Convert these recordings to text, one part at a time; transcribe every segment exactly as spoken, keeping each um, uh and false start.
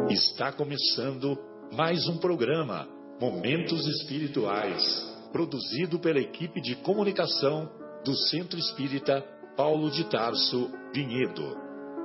Está começando mais um programa, Momentos Espirituais, produzido pela equipe de comunicação do Centro Espírita Paulo de Tarso, Vinhedo.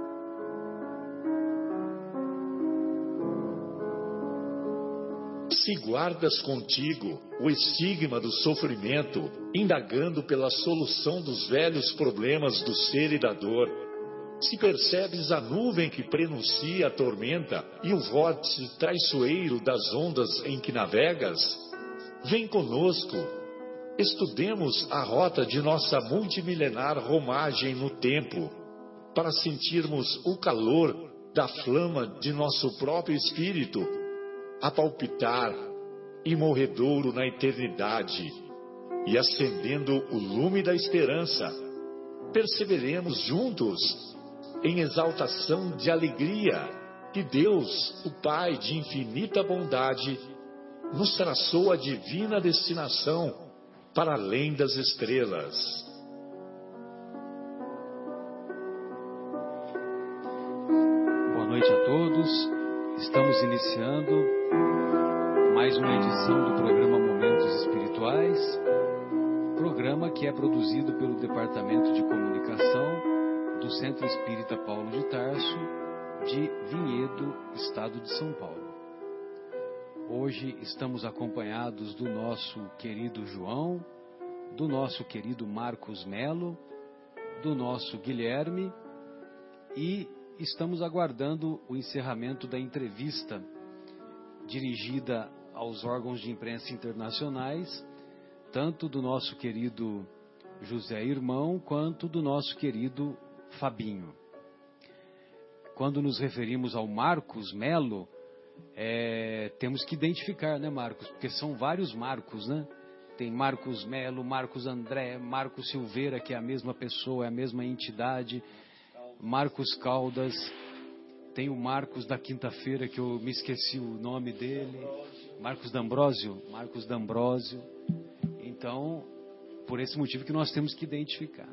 Se guardas contigo o estigma do sofrimento, indagando pela solução dos velhos problemas do ser e da dor, se percebes a nuvem que prenuncia a tormenta e o vórtice traiçoeiro das ondas em que navegas, vem conosco, estudemos a rota de nossa multimilenar romagem no tempo, para sentirmos o calor da flama de nosso próprio espírito, a palpitar, imorredouro na eternidade, e acendendo o lume da esperança, perseveremos juntos em exaltação de alegria que Deus, o Pai de infinita bondade, nos traçou a divina destinação para além das estrelas. Boa noite a todos. Estamos iniciando mais uma edição do programa Momentos Espirituais, programa que é produzido pelo Departamento de Comunicação do Centro Espírita Paulo de Tarso, de Vinhedo, Estado de São Paulo. Hoje estamos acompanhados do nosso querido João, do nosso querido Marcos Melo, do nosso Guilherme, e estamos aguardando o encerramento da entrevista dirigida aos órgãos de imprensa internacionais, tanto do nosso querido José Irmão, quanto do nosso querido Fabinho. Quando nos referimos ao Marcos Melo, é, temos que identificar, né, Marcos? Porque são vários Marcos, né? Tem Marcos Melo, Marcos André, Marcos Silveira, que é a mesma pessoa, é a mesma entidade, Marcos Caldas, tem o Marcos da quinta-feira, que eu me esqueci o nome dele, Marcos D'Ambrósio, Marcos D'Ambrósio. Então, por esse motivo que nós temos que identificar.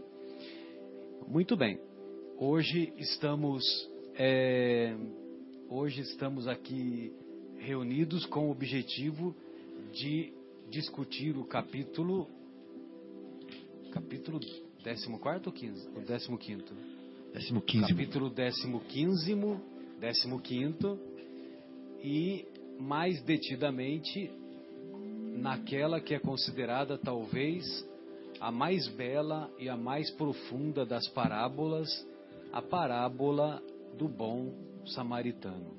Muito bem, hoje estamos, é, hoje estamos aqui reunidos com o objetivo de discutir o capítulo, capítulo décimo quarto ou quinze? O décimo quinto? Décimo quinze. Capítulo décimo quinzimo, décimo quinto, e mais detidamente naquela que é considerada talvez a mais bela e a mais profunda das parábolas, a parábola do bom samaritano.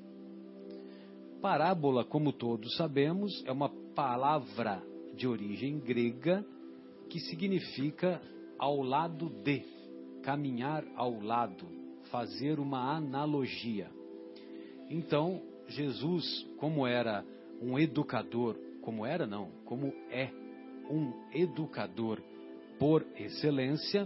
Parábola, como todos sabemos, é uma palavra de origem grega que significa ao lado de, caminhar ao lado, fazer uma analogia. Então, Jesus, como era um educador, como era não, como é um educador por excelência,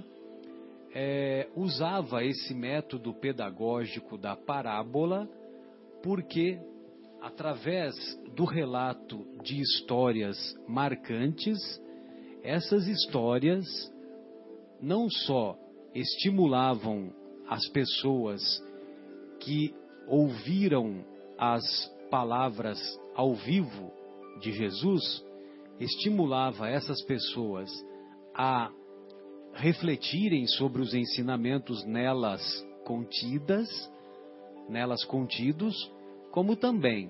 é, usava esse método pedagógico da parábola, porque através do relato de histórias marcantes, essas histórias não só estimulavam as pessoas que ouviram as palavras ao vivo de Jesus, estimulava essas pessoas a refletirem sobre os ensinamentos nelas contidas, nelas contidos, como também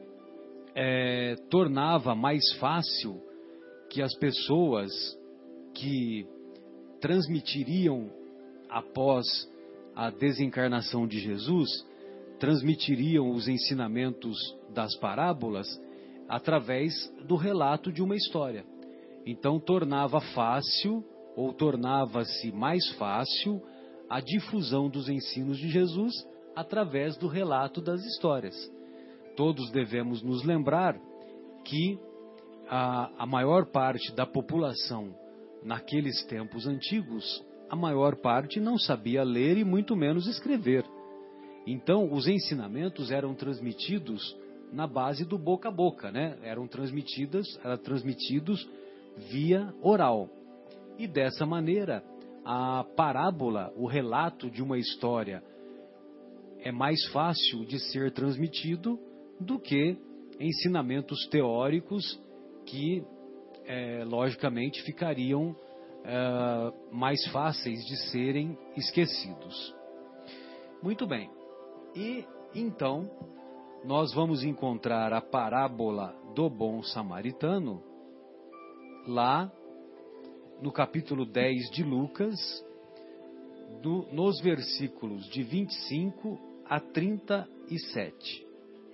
é, tornava mais fácil que as pessoas que transmitiriam após a desencarnação de Jesus, transmitiriam os ensinamentos das parábolas através do relato de uma história. Então tornava fácil, ou tornava-se mais fácil, a difusão dos ensinos de Jesus através do relato das histórias. Todos devemos nos lembrar que a, a maior parte da população naqueles tempos antigos, a maior parte não sabia ler e muito menos escrever. Então, os ensinamentos eram transmitidos na base do boca a boca, né? Eram transmitidos, eram transmitidos via oral. E dessa maneira, a parábola, o relato de uma história é mais fácil de ser transmitido do que ensinamentos teóricos que, é, logicamente, ficariam é, mais fáceis de serem esquecidos. Muito bem. E, então, nós vamos encontrar a parábola do bom samaritano lá no capítulo dez de Lucas, do, nos versículos de vinte e cinco a trinta e sete.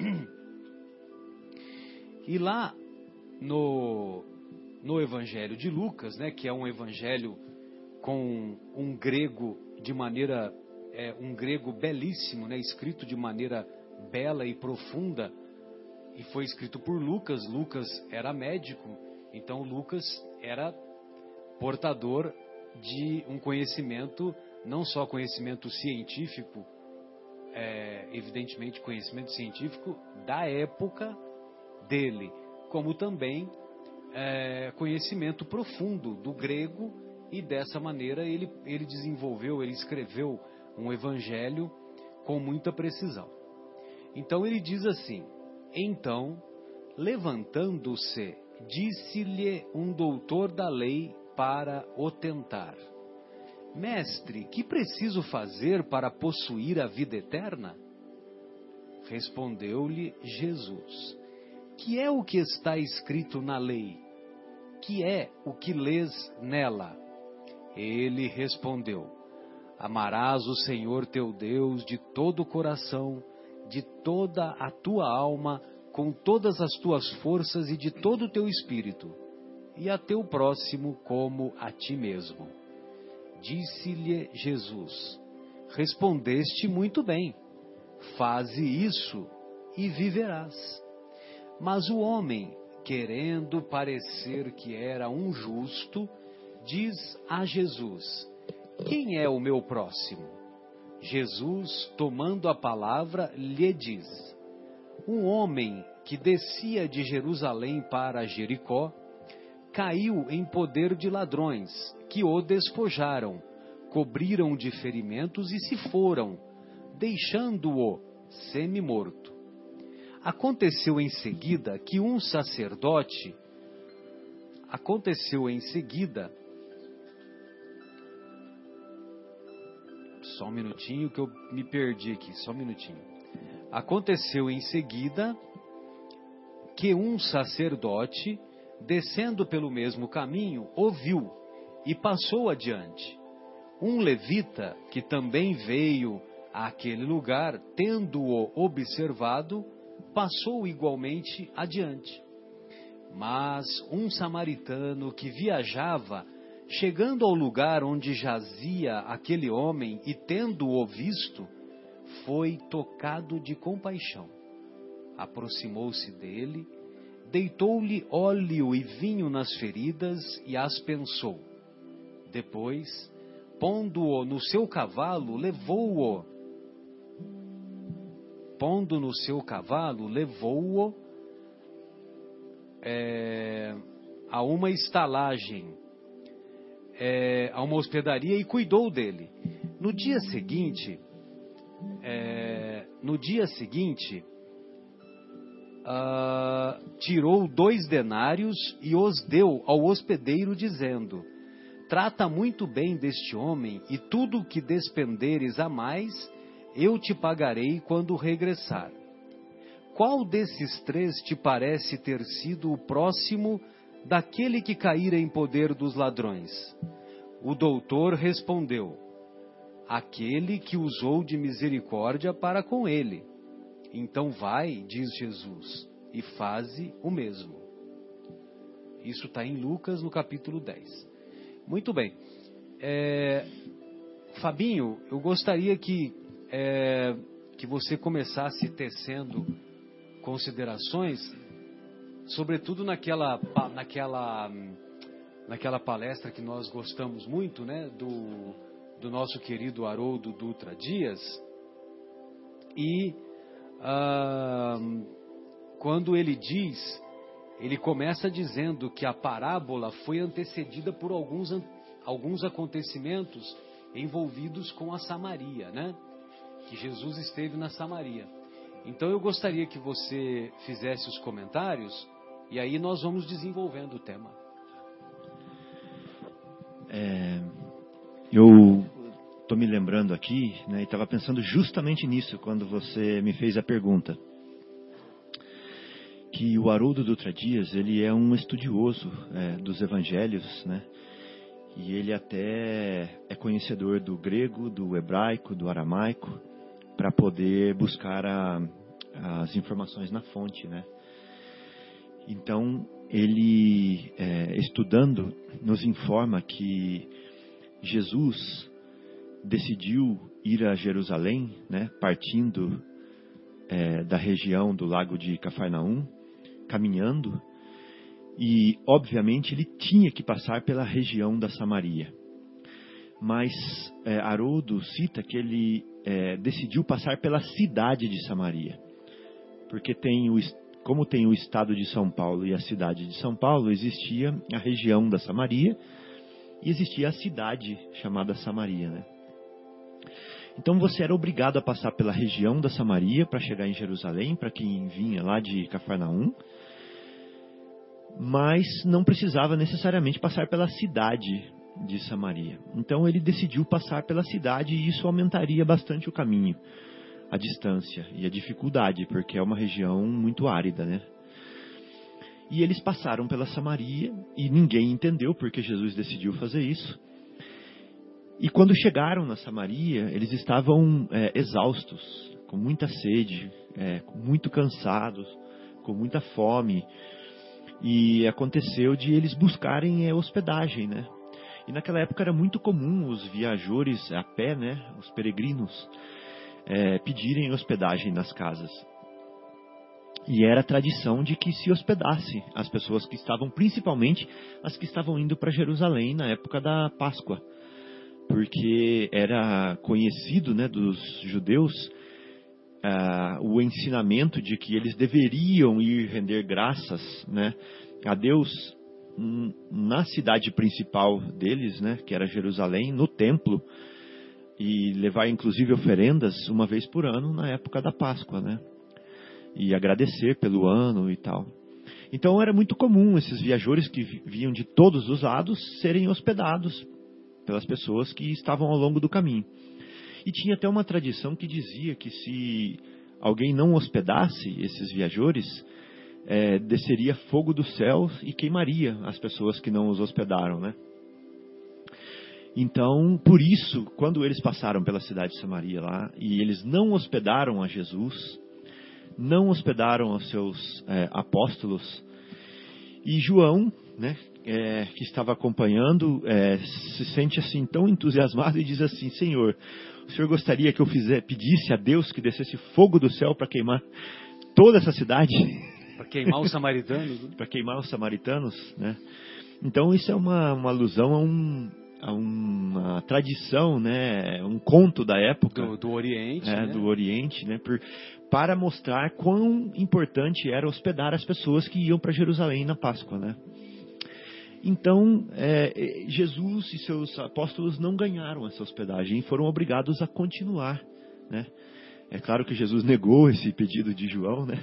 E lá no, no Evangelho de Lucas, né, que é um evangelho com um grego de maneira, é, um grego belíssimo, né, escrito de maneira bela e profunda, e foi escrito por Lucas. Lucas era médico, então Lucas era portador de um conhecimento, não só conhecimento científico, é, evidentemente conhecimento científico da época dele, como também é, conhecimento profundo do grego, e dessa maneira ele, ele desenvolveu, ele escreveu um evangelho com muita precisão. Então ele diz assim: então, levantando-se, disse-lhe um doutor da lei para o tentar: Mestre, que preciso fazer para possuir a vida eterna? Respondeu-lhe Jesus: que é o que está escrito na lei? Que é o que lês nela? Ele respondeu: amarás o Senhor teu Deus de todo o coração, de toda a tua alma, com todas as tuas forças e de todo o teu espírito, e a teu próximo como a ti mesmo. Disse-lhe Jesus: respondeste muito bem, faze isso e viverás. Mas o homem, querendo parecer que era um justo, diz a Jesus: quem é o meu próximo? Jesus, tomando a palavra, lhe diz: um homem que descia de Jerusalém para Jericó, caiu em poder de ladrões, que o despojaram, cobriram de ferimentos e se foram, deixando-o semi-morto. Aconteceu em seguida que um sacerdote, aconteceu em seguida, só um minutinho que eu me perdi aqui, só um minutinho. Aconteceu em seguida que um sacerdote, descendo pelo mesmo caminho, o viu e passou adiante. Um levita, que também veio àquele lugar, tendo-o observado, passou igualmente adiante. Mas um samaritano que viajava, chegando ao lugar onde jazia aquele homem e tendo-o visto, foi tocado de compaixão. Aproximou-se dele, deitou-lhe óleo e vinho nas feridas e as pensou. Depois, pondo-o no seu cavalo, levou-o. Pondo no seu cavalo, levou-o é, a uma estalagem, é, a uma hospedaria, e cuidou dele. No dia seguinte, é, no dia seguinte, uh, tirou dois denários e os deu ao hospedeiro, dizendo: trata muito bem deste homem, e tudo o que despenderes a mais, eu te pagarei quando regressar. Qual desses três te parece ter sido o próximo daquele que caíra em poder dos ladrões? O doutor respondeu: aquele que usou de misericórdia para com ele. Então vai, diz Jesus, e faze o mesmo. Isso está em Lucas, no capítulo dez. Muito bem. É, Fabinho, eu gostaria que, é, que você começasse tecendo considerações, sobretudo naquela, naquela, naquela palestra que nós gostamos muito, né, do, do nosso querido Haroldo Dutra Dias, e ah, quando ele diz, ele começa dizendo que a parábola foi antecedida por alguns, alguns acontecimentos envolvidos com a Samaria, né? que Jesus esteve na Samaria. Então eu gostaria que você fizesse os comentários e aí nós vamos desenvolvendo o tema. É, eu estou me lembrando aqui, né, e estava pensando justamente nisso quando você me fez a pergunta. Que o Haroldo Dutra Dias, ele é um estudioso é, dos evangelhos, né? E ele até é conhecedor do grego, do hebraico, do aramaico, para poder buscar a, as informações na fonte, né? Então, ele, é, estudando, nos informa que Jesus decidiu ir a Jerusalém, né? Partindo é, da região do lago de Cafarnaum, caminhando, e obviamente ele tinha que passar pela região da Samaria. Mas é, Haroldo cita que ele é, decidiu passar pela cidade de Samaria, porque tem o, como tem o estado de São Paulo e a cidade de São Paulo, existia a região da Samaria e existia a cidade chamada Samaria, né? Então você era obrigado a passar pela região da Samaria para chegar em Jerusalém, para quem vinha lá de Cafarnaum, mas não precisava necessariamente passar pela cidade de Samaria. Então ele decidiu passar pela cidade e isso aumentaria bastante o caminho, a distância e a dificuldade, porque é uma região muito árida, né? E eles passaram pela Samaria e ninguém entendeu porque Jesus decidiu fazer isso. E quando chegaram na Samaria, eles estavam é, exaustos, com muita sede, é, muito cansados, com muita fome. E aconteceu de eles buscarem é, hospedagem, né? E naquela época era muito comum os viajores a pé, né, os peregrinos, é, pedirem hospedagem nas casas. E era a tradição de que se hospedasse as pessoas que estavam, principalmente as que estavam indo para Jerusalém na época da Páscoa. Porque era conhecido, né, dos judeus uh, o ensinamento de que eles deveriam ir render graças, né, a Deus na cidade principal deles, né, que era Jerusalém, no templo, e levar inclusive oferendas uma vez por ano na época da Páscoa, né, e agradecer pelo ano e tal. Então era muito comum esses viajores que vinham de todos os lados serem hospedados pelas pessoas que estavam ao longo do caminho. E tinha até uma tradição que dizia que se alguém não hospedasse esses viajores, é, desceria fogo do céu e queimaria as pessoas que não os hospedaram, né? Então, por isso, quando eles passaram pela cidade de Samaria lá, e eles não hospedaram a Jesus, não hospedaram os seus é, apóstolos, e João, né, É, que estava acompanhando, é, se sente assim tão entusiasmado e diz assim: Senhor, o Senhor gostaria que eu fizesse, pedisse a Deus que descesse fogo do céu para queimar toda essa cidade? Para queimar os samaritanos? Né? Para queimar os samaritanos, né? Então isso é uma, uma alusão a, um, a uma tradição, né? Um conto da época. Do, do Oriente. É, né? Do Oriente, né? Por, para mostrar quão importante era hospedar as pessoas que iam para Jerusalém na Páscoa, né? Então, é, Jesus e seus apóstolos não ganharam essa hospedagem e foram obrigados a continuar, né? É claro que Jesus negou esse pedido de João, né?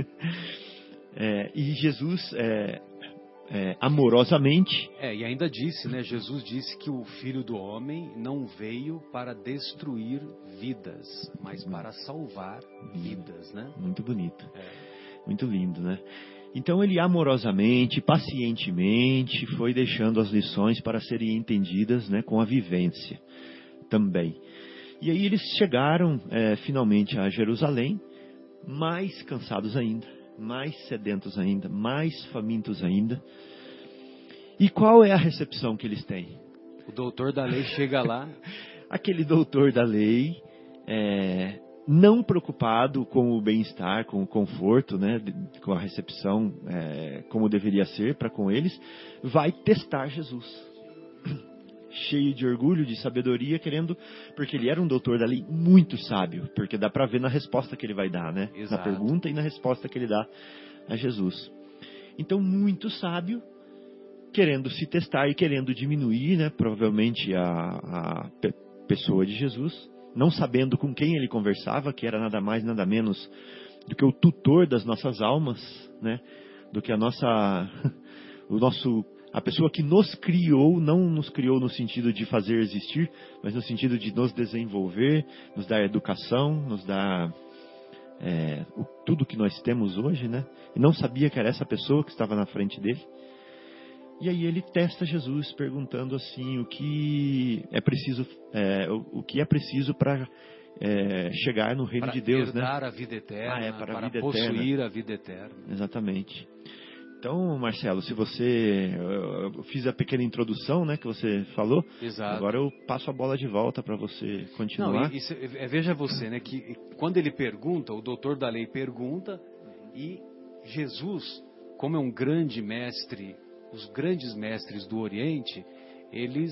É, e Jesus, é, é, amorosamente... É, e ainda disse, né? Jesus disse que o Filho do Homem não veio para destruir vidas, mas para salvar vidas, né? Muito bonito. É. Muito lindo, né? Então ele amorosamente, pacientemente foi deixando as lições para serem entendidas, né, com a vivência também. E aí eles chegaram é, finalmente a Jerusalém, mais cansados ainda, mais sedentos ainda, mais famintos ainda. E qual é a recepção que eles têm? O doutor da lei chega lá. Aquele doutor da lei... É, não preocupado com o bem-estar, com o conforto, né, com a recepção, é, como deveria ser para com eles, vai testar Jesus. Cheio de orgulho, de sabedoria, querendo, porque ele era um doutor da lei muito sábio, porque dá para ver na resposta que ele vai dar, né? Exato. Na pergunta e na resposta que ele dá a Jesus. Então, muito sábio, querendo se testar e querendo diminuir, né, provavelmente a, a pe- pessoa de Jesus, não sabendo com quem ele conversava, que era nada mais, nada menos do que o tutor das nossas almas, né? Do que a nossa, o nosso, a pessoa que nos criou, não nos criou no sentido de fazer existir, mas no sentido de nos desenvolver, nos dar educação, nos dar é, o, tudo que nós temos hoje, né? E não sabia que era essa pessoa que estava na frente dele. E aí ele testa Jesus perguntando assim o que é preciso, é, o, o que é preciso para é, chegar no reino para de Deus, né? Para a vida eterna, ah, é, para, para a vida possuir eterna. a vida eterna. Exatamente. Então, Marcelo, se você, eu fiz a pequena introdução, né, que você falou. Exato. Agora eu passo a bola de volta para você continuar. Não, isso, veja você, né, que quando ele pergunta, o doutor da lei pergunta, e Jesus, como é um grande mestre, os grandes mestres do Oriente, eles,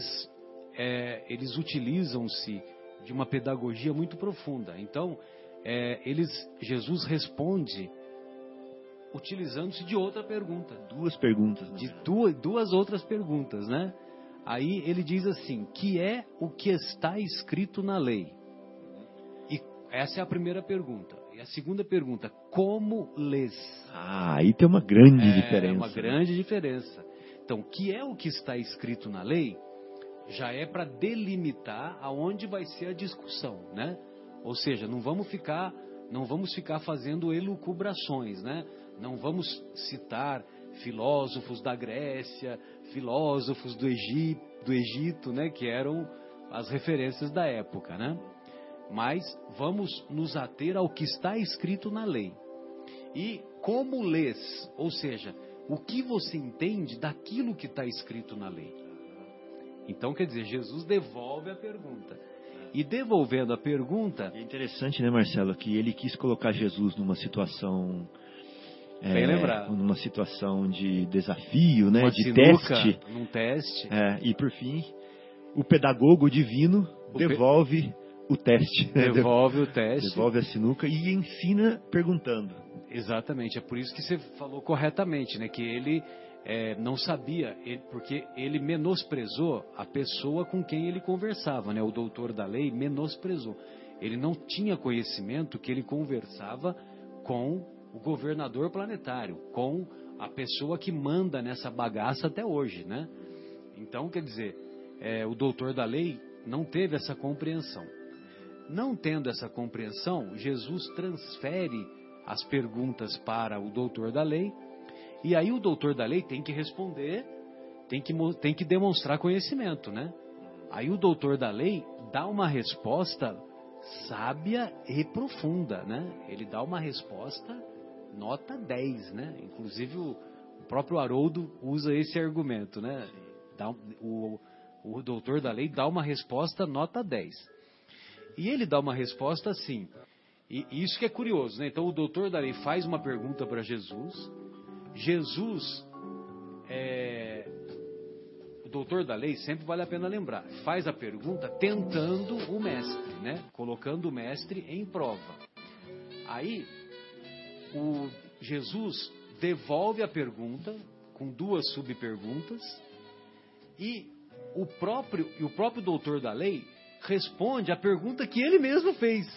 é, eles utilizam-se de uma pedagogia muito profunda. Então, é, eles, Jesus responde utilizando-se de outra pergunta. Duas perguntas. Né? De duas, duas outras perguntas, né? Aí ele diz assim, que é o que está escrito na lei? E essa é a primeira pergunta. E a segunda pergunta, como lês? Ah, aí tem uma grande é, diferença. É uma grande diferença. Então, que é o que está escrito na lei, já é para delimitar aonde vai ser a discussão, né? Ou seja, não vamos ficar, não vamos ficar fazendo elucubrações, né? Não vamos citar filósofos da Grécia, filósofos do Egito, do Egito, né? Que eram as referências da época, né? Mas vamos nos ater ao que está escrito na lei. E como lês, ou seja, o que você entende daquilo que está escrito na lei. Então, quer dizer, Jesus devolve a pergunta. E devolvendo a pergunta... É interessante, né, Marcelo, que ele quis colocar Jesus numa situação... Bem é, lembrado. Numa situação de desafio, né, uma de sinuca, teste. Num teste. É, e, por fim, o pedagogo divino o devolve... Pe... o teste. Devolve o teste. Devolve a sinuca e ensina perguntando. Exatamente, é por isso que você falou corretamente, né? Que ele é, não sabia, ele, porque ele menosprezou a pessoa com quem ele conversava, né? O doutor da lei menosprezou. Ele não tinha conhecimento que ele conversava com o governador planetário, com a pessoa que manda nessa bagaça até hoje, né? Então, quer dizer, é, o doutor da lei não teve essa compreensão. Não tendo essa compreensão, Jesus transfere as perguntas para o doutor da lei, e aí o doutor da lei tem que responder, tem que, tem que demonstrar conhecimento, né? Aí o doutor da lei dá uma resposta sábia e profunda, né? Ele dá uma resposta nota dez, né? Inclusive o próprio Haroldo usa esse argumento, né? Dá, o, o doutor da lei dá uma resposta nota dez. E ele dá uma resposta assim, e isso que é curioso, né? Então o doutor da lei faz uma pergunta para Jesus, Jesus, é, o doutor da lei, sempre vale a pena lembrar, faz a pergunta tentando o mestre, né? Colocando o mestre em prova. Aí, o Jesus devolve a pergunta com duas subperguntas e o próprio, e o próprio doutor da lei responde a pergunta que ele mesmo fez.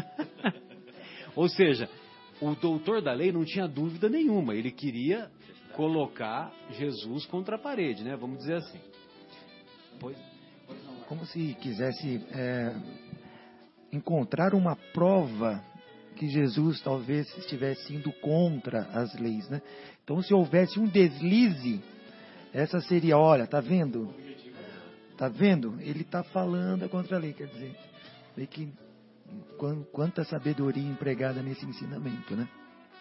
Ou seja, o doutor da lei não tinha dúvida nenhuma, ele queria colocar Jesus contra a parede, né? Vamos dizer assim. Pois, como se quisesse é, encontrar uma prova que Jesus talvez estivesse indo contra as leis, né? Então, se houvesse um deslize, essa seria, olha, tá vendo? Tá vendo? Ele está falando contra a lei, quer dizer, vê que quanta sabedoria empregada nesse ensinamento, né?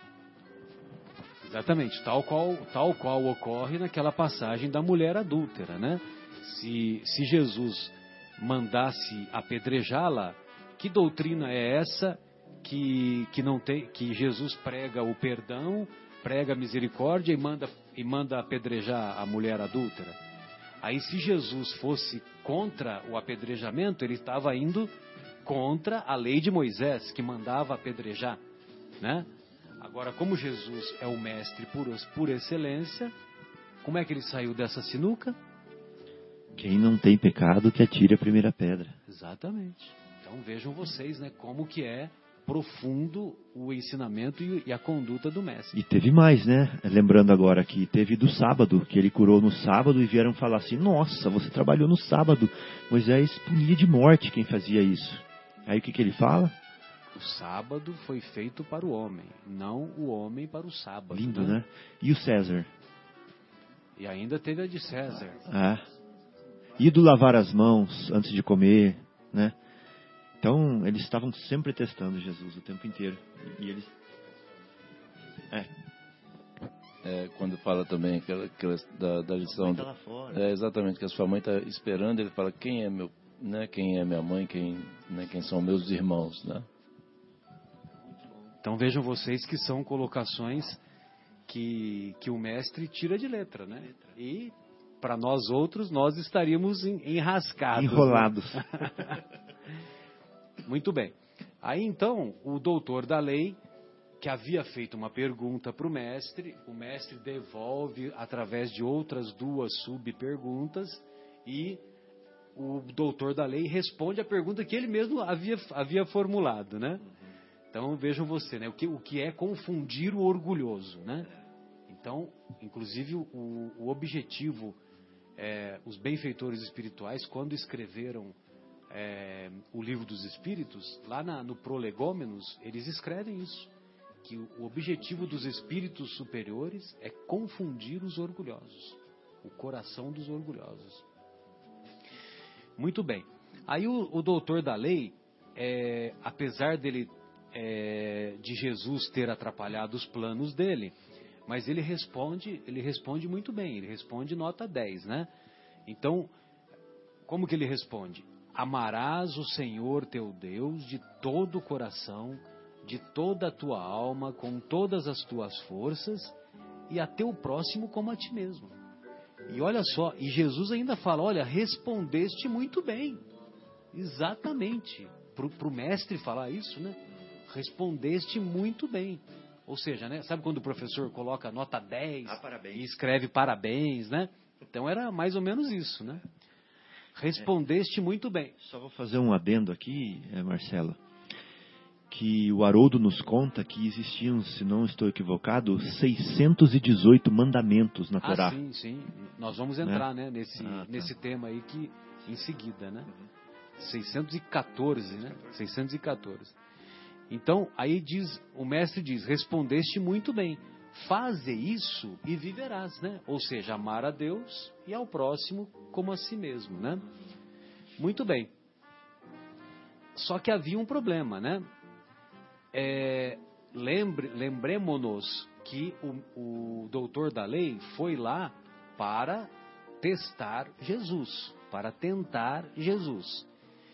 Exatamente, tal qual, tal qual ocorre naquela passagem da mulher adúltera, né? Se, se Jesus mandasse apedrejá-la, que doutrina é essa que, que, não tem, que Jesus prega o perdão, prega a misericórdia e manda, e manda apedrejar a mulher adúltera? Aí, se Jesus fosse contra o apedrejamento, ele estava indo contra a lei de Moisés, que mandava apedrejar, né? Agora, como Jesus é o mestre por, por excelência, como é que ele saiu dessa sinuca? Quem não tem pecado, que atire a primeira pedra. Exatamente. Então vejam vocês, né, como que é profundo o ensinamento e, e a conduta do mestre. E teve mais, né? Lembrando agora que teve do sábado, que ele curou no sábado e vieram falar assim, nossa, você trabalhou no sábado. Moisés punia de morte quem fazia isso. Aí o que, que ele fala? O sábado foi feito para o homem, não o homem para o sábado. Lindo, né? né? E o César? E ainda teve a de César. Ah. E do lavar as mãos antes de comer, né? Então, eles estavam sempre testando Jesus o tempo inteiro. E eles... É. É, quando fala também aquela, aquela da, da lição... Tá lá fora. É, exatamente, que a sua mãe está esperando, ele fala, quem é meu, né, quem é minha mãe, quem, né, quem são meus irmãos, né? Então vejam vocês que são colocações que, que o mestre tira de letra, né? E para nós outros, nós estaríamos enrascados. Enrolados. Né? Muito bem. Aí então, o doutor da lei, que havia feito uma pergunta para o mestre, o mestre devolve através de outras duas subperguntas e o doutor da lei responde a pergunta que ele mesmo havia, havia formulado, né? Então vejam você, né? O que, o que é confundir o orgulhoso, né? Então, inclusive o, o objetivo, é, os benfeitores espirituais, quando escreveram é, o livro dos Espíritos, lá na, no Prolegômenos, eles escrevem isso, que o objetivo dos espíritos superiores é confundir os orgulhosos, o coração dos orgulhosos. Muito bem. Aí o, o doutor da lei, é, apesar dele É, de Jesus ter atrapalhado os planos dele, mas ele responde, ele responde muito bem, ele responde nota dez, né? Então, como que ele responde? Amarás o Senhor teu Deus de todo o coração, de toda a tua alma, com todas as tuas forças, e a teu próximo como a ti mesmo. E olha só, e Jesus ainda fala, olha, respondeste muito bem. Exatamente. Para o mestre falar isso, né? Respondeste muito bem. Ou seja, né? Sabe quando o professor coloca nota dez ah, parabéns. e escreve parabéns, né? Então era mais ou menos isso, né? Respondeste é. muito bem. Só vou fazer um adendo aqui, Marcelo, que o Haroldo nos conta que existiam, se não estou equivocado, seiscentos e dezoito mandamentos na Torá. Ah, sim, sim. Nós vamos entrar, né? né nesse, ah, tá. nesse tema aí que em seguida, né? Uhum. seiscentos e quatorze, né? seiscentos e quatorze. Então, aí diz, o mestre diz, respondeste muito bem, faze isso e viverás, né? Ou seja, amar a Deus e ao próximo como a si mesmo, né? Muito bem. Só que havia um problema, né? É, lembre, lembremos-nos que o, o doutor da lei foi lá para testar Jesus, para tentar Jesus.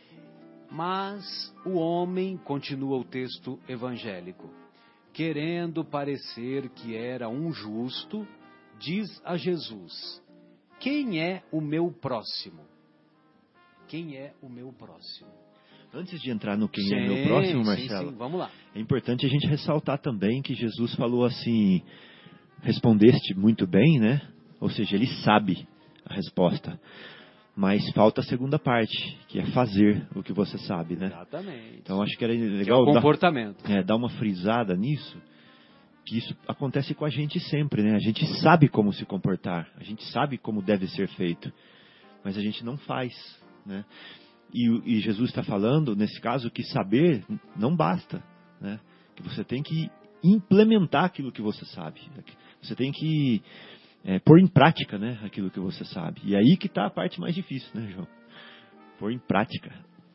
Mas o homem, continua o texto evangélico, querendo parecer que era um justo, diz a Jesus, quem é o meu próximo? Quem é o meu próximo? Antes de entrar no quem sim, é o meu próximo, Marcelo, sim, sim, vamos lá. É importante a gente ressaltar também que Jesus falou assim, respondeste muito bem, né? Ou seja, ele sabe a resposta. Mas falta a segunda parte, que é fazer o que você sabe, né? Exatamente. Então acho que era legal que é o comportamento. Dar, é, dar uma frisada nisso, que isso acontece com a gente sempre, né? A gente sabe como se comportar, a gente sabe como deve ser feito, mas a gente não faz, né? E, e Jesus está falando, nesse caso, que saber não basta, né? Que você tem que implementar aquilo que você sabe. Você tem que É, pôr em prática, né, aquilo que você sabe. E aí que está a parte mais difícil, né, João? Pôr em prática.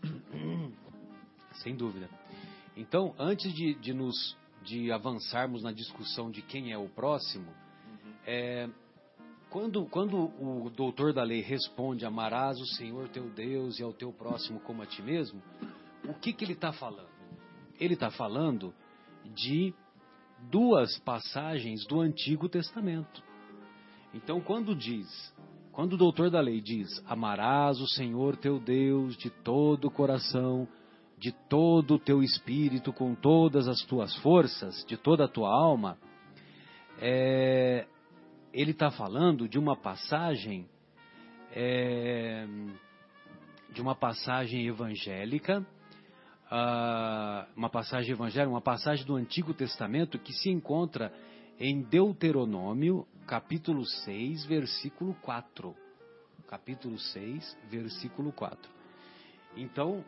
Sem dúvida. Então, antes de, de, nos, de avançarmos na discussão de quem é o próximo, uhum. é, quando, quando o doutor da lei responde, amarás o Senhor teu Deus e ao teu próximo como a ti mesmo, o que, que ele está falando? Ele está falando de duas passagens do Antigo Testamento. Então, quando diz, quando o doutor da lei diz, amarás o Senhor teu Deus de todo o coração, de todo o teu espírito, com todas as tuas forças, de toda a tua alma, é, ele está falando de uma passagem, é, de uma passagem evangélica, uh, uma passagem evangélica, uma passagem do Antigo Testamento que se encontra em Deuteronômio, capítulo seis, versículo quatro. Capítulo seis, versículo quatro. Então,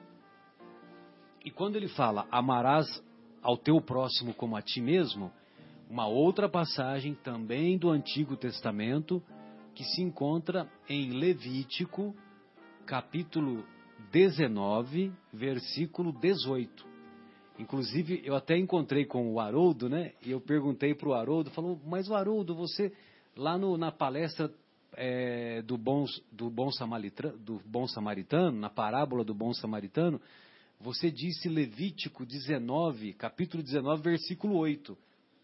e quando ele fala, amarás ao teu próximo como a ti mesmo, uma outra passagem também do Antigo Testamento, que se encontra em Levítico, capítulo dezenove, versículo dezoito. Inclusive, eu até encontrei com o Haroldo, né? E eu perguntei para o Haroldo, falou, mas o Haroldo, você, lá no, na palestra é, do, bom, do, bom Samaritano, do Bom Samaritano, na parábola do Bom Samaritano, você disse Levítico dezenove, capítulo dezenove, versículo oito.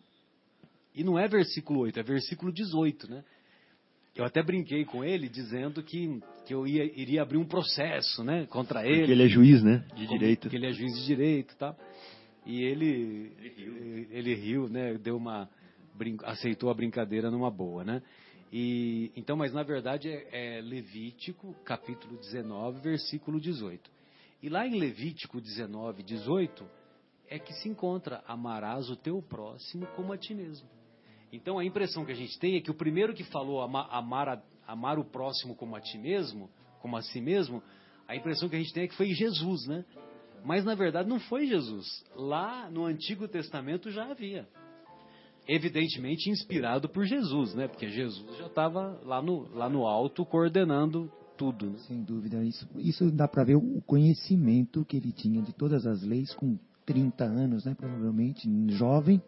E não é versículo oito, é versículo dezoito, né? Eu até brinquei com ele, dizendo que, que eu ia, iria abrir um processo, né, contra ele. Porque ele é juiz, né, de como, direito. Que ele é juiz de direito e tal. E ele, ele, riu. ele riu, né, deu uma, aceitou a brincadeira numa boa, né. E, então, mas na verdade é, é Levítico, capítulo dezenove, versículo dezoito. E lá em Levítico dezenove, dezoito, é que se encontra, amarás o teu próximo como a ti mesmo. Então a impressão que a gente tem é que o primeiro que falou amar, amar, amar o próximo como a ti mesmo, como a si mesmo, a impressão que a gente tem é que foi Jesus, né? Mas na verdade não foi Jesus. Lá no Antigo Testamento já havia. Evidentemente inspirado por Jesus, né? Porque Jesus já estava lá no, lá no alto coordenando tudo. Né? Sem dúvida. Isso, isso dá para ver o conhecimento que ele tinha de todas as leis com trinta anos, né? Provavelmente jovem.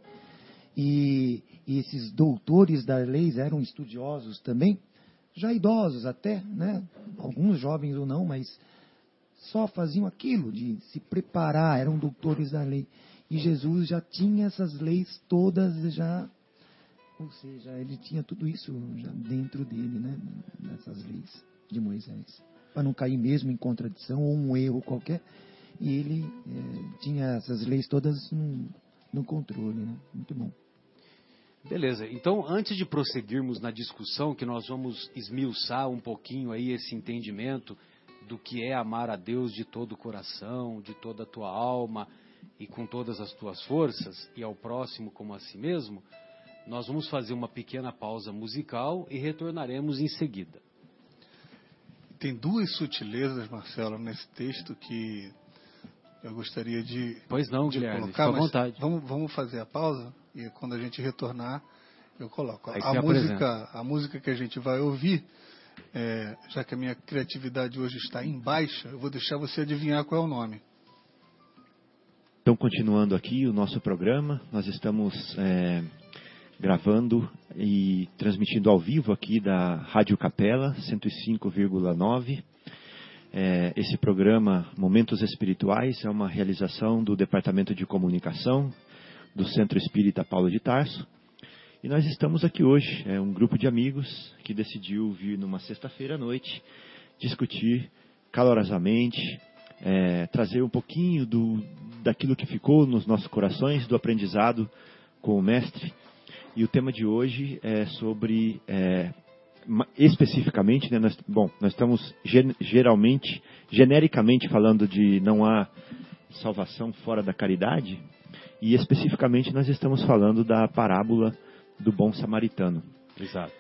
E, e esses doutores das leis eram estudiosos também, já idosos até, né? Alguns jovens ou não, mas só faziam aquilo de se preparar, eram doutores da lei. E Jesus já tinha essas leis todas já, ou seja, ele tinha tudo isso já dentro dele, né? Nessas leis de Moisés, para não cair mesmo em contradição ou um erro qualquer. E ele é, tinha essas leis todas no, no controle, né? Muito bom. Beleza, então antes de prosseguirmos na discussão, que nós vamos esmiuçar um pouquinho aí esse entendimento do que é amar a Deus de todo o coração, de toda a tua alma e com todas as tuas forças, e ao próximo como a si mesmo, nós vamos fazer uma pequena pausa musical e retornaremos em seguida. Tem duas sutilezas, Marcelo, nesse texto que eu gostaria de, pois não, de Guilherme, colocar, fica à vontade. Vamos, vamos fazer a pausa e quando a gente retornar eu coloco. Aí a música, a música que a gente vai ouvir, é, já que a minha criatividade hoje está em baixa, eu vou deixar você adivinhar qual é o nome. Então, continuando aqui o nosso programa, nós estamos é, gravando e transmitindo ao vivo aqui da Rádio Capela cento e cinco vírgula nove. É, esse programa Momentos Espirituais é uma realização do Departamento de Comunicação do Centro Espírita Paulo de Tarso. E nós estamos aqui hoje, é um grupo de amigos que decidiu vir numa sexta-feira à noite discutir calorosamente, é, trazer um pouquinho do, daquilo que ficou nos nossos corações, do aprendizado com o Mestre. E o tema de hoje é sobre... É, especificamente, né, nós, bom, nós estamos gen, geralmente, genericamente falando de não há salvação fora da caridade, e especificamente nós estamos falando da parábola do bom samaritano. Exato.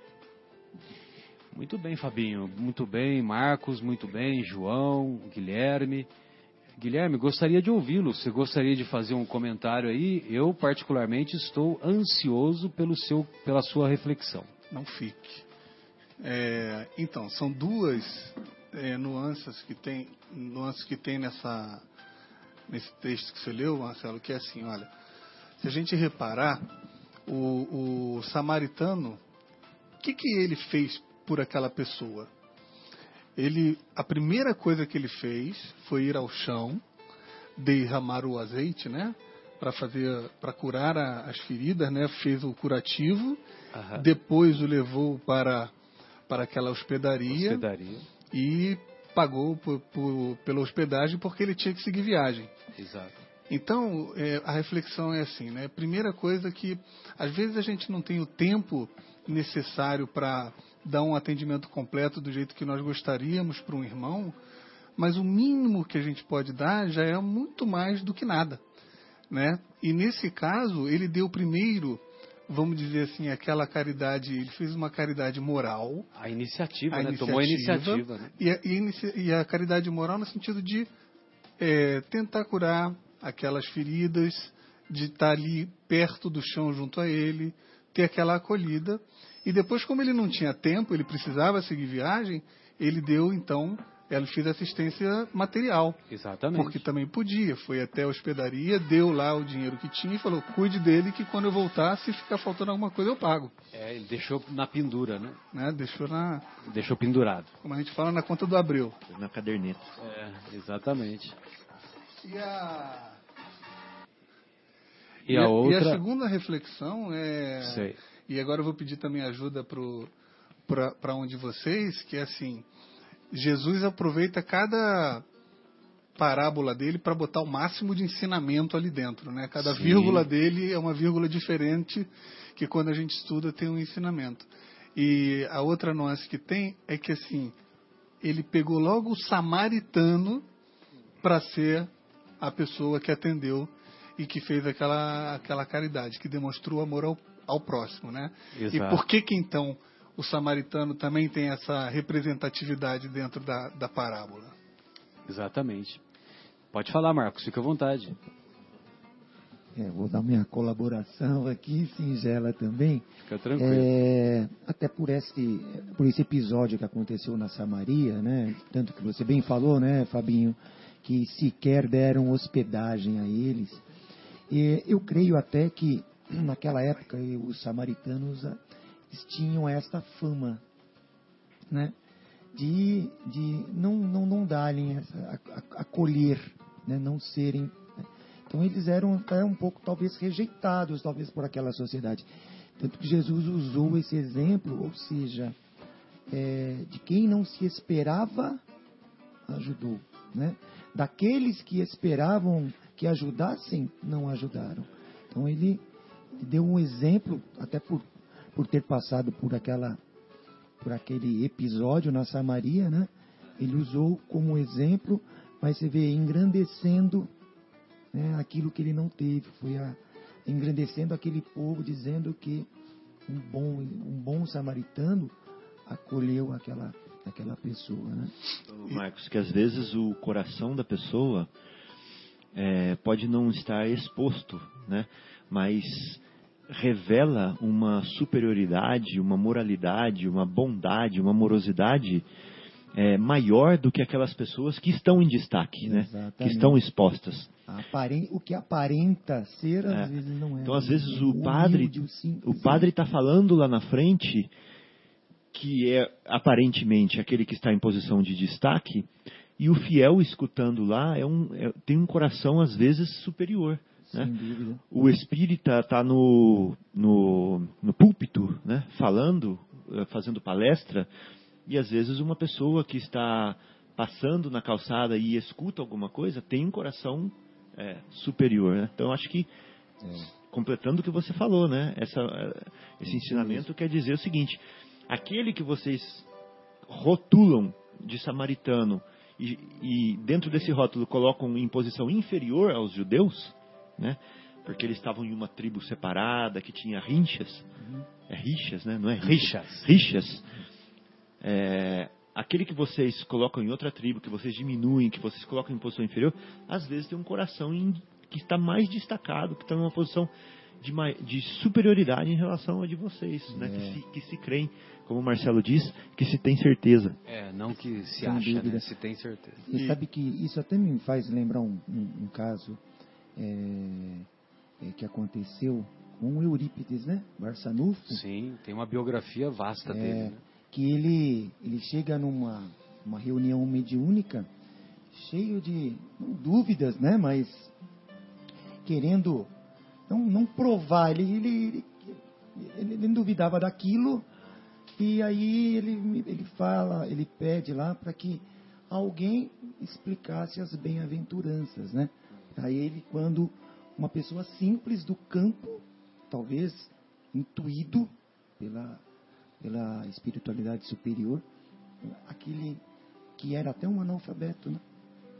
Muito bem, Fabinho, muito bem, Marcos, muito bem, João, Guilherme. Guilherme, gostaria de ouvi-lo. Você gostaria de fazer um comentário aí? Eu, particularmente, estou ansioso pelo seu, pela sua reflexão. Não fique. É, então, são duas é, nuances que tem, nuances que tem nessa, nesse texto que você leu, Marcelo, que é assim, olha, se a gente reparar, o, o samaritano, o que, que ele fez por aquela pessoa? Ele, a primeira coisa que ele fez foi ir ao chão, derramar o azeite, né, para fazer, para curar a, as feridas, né, fez o curativo, uhum. Depois o levou para para aquela hospedaria, hospedaria. E pagou por, por, pela hospedagem porque ele tinha que seguir viagem. Exato. Então, é, a reflexão é assim, né? Primeira coisa que, às vezes a gente não tem o tempo necessário para dar um atendimento completo do jeito que nós gostaríamos para um irmão, mas o mínimo que a gente pode dar já é muito mais do que nada, né? E nesse caso, ele deu primeiro, vamos dizer assim, aquela caridade, ele fez uma caridade moral. A iniciativa, a né? iniciativa, Tomou a iniciativa. Né? E, a, e, inicia, e a caridade moral no sentido de é, tentar curar aquelas feridas, de estar ali perto do chão junto a ele, ter aquela acolhida. E depois, como ele não tinha tempo, ele precisava seguir viagem, ele deu, então, ele fez assistência material. Exatamente. Porque também podia. Foi até a hospedaria, deu lá o dinheiro que tinha e falou, cuide dele que quando eu voltar, se ficar faltando alguma coisa, eu pago. É, ele deixou na pendura, né? né? Deixou na... Deixou pendurado. Como a gente fala, na conta do Abreu. Na caderneta. É, exatamente. E a... E, e a, a outra... E a segunda reflexão é... Sei. E agora eu vou pedir também ajuda para um de vocês, que é assim, Jesus aproveita cada parábola dele para botar o máximo de ensinamento ali dentro, né? Cada Sim. vírgula dele é uma vírgula diferente, que quando a gente estuda tem um ensinamento. E a outra nuance que tem é que assim, ele pegou logo o samaritano para ser a pessoa que atendeu e que fez aquela, aquela caridade, que demonstrou amor ao ao próximo, né? Exato. E por que que então o samaritano também tem essa representatividade dentro da, da parábola? Exatamente. Pode falar, Marcos, fica à vontade. É, vou dar minha colaboração aqui, singela também. Fica tranquilo. É, até por esse, por esse episódio que aconteceu na Samaria, né? Tanto que você bem falou, né, Fabinho, que sequer deram hospedagem a eles. E eu creio até que naquela época, os samaritanos eles tinham esta fama, né, de, de não, não, não darem, essa, acolher, né, não serem. Né. Então, eles eram até um pouco, talvez, rejeitados, talvez, por aquela sociedade. Tanto que Jesus usou esse exemplo, ou seja, é, de quem não se esperava, ajudou. Né? Daqueles que esperavam que ajudassem, não ajudaram. Então, ele deu um exemplo, até por, por ter passado por, aquela, por aquele episódio na Samaria, né? Ele usou como exemplo, mas você vê engrandecendo, né, aquilo que ele não teve, foi a, engrandecendo aquele povo, dizendo que um bom, um bom samaritano acolheu aquela, aquela pessoa. Né? Marcos, que às vezes o coração da pessoa é, pode não estar exposto, né? Mas revela uma superioridade, uma moralidade, uma bondade, uma amorosidade é, maior do que aquelas pessoas que estão em destaque, né? Que estão expostas. Aparen... O que aparenta ser, às é. vezes não é. Então, às vezes o padre, o padre está falando lá na frente, que é aparentemente aquele que está em posição de destaque, e o fiel escutando lá é um, é, tem um coração às vezes superior. Né? O espírita está no, no, no púlpito, né? Falando, fazendo palestra, e às vezes uma pessoa que está passando na calçada e escuta alguma coisa tem um coração é, superior. Né? Então, acho que, é. completando o que você falou, né? Essa, esse ensinamento quer dizer o seguinte: aquele que vocês rotulam de samaritano e, e dentro desse rótulo colocam em posição inferior aos judeus, né? Porque eles estavam em uma tribo separada, que tinha rinchas, uhum. é rixas, né? Não é rixas, rixas. É, aquele que vocês colocam em outra tribo, que vocês diminuem, que vocês colocam em posição inferior, às vezes tem um coração em, que está mais destacado, que está em uma posição de, de superioridade em relação a de vocês, é. né? Que se, que se creem, como o Marcelo diz, que se tem certeza. É, não que se Sem acha, dúvida. né? Se tem certeza. E, e sabe que isso até me faz lembrar um, um, um caso é, é, que aconteceu com Eurípides, né? Barçanufo. Sim, tem uma biografia vasta é, dele, né? Que ele, ele chega numa uma reunião mediúnica cheio de não, dúvidas, né? Mas querendo não, não provar, ele, ele, ele, ele duvidava daquilo, e aí ele, ele fala, ele pede lá para que alguém explicasse as bem-aventuranças, né? Aí ele, quando uma pessoa simples do campo, talvez intuído pela, pela espiritualidade superior, aquele que era até um analfabeto, né?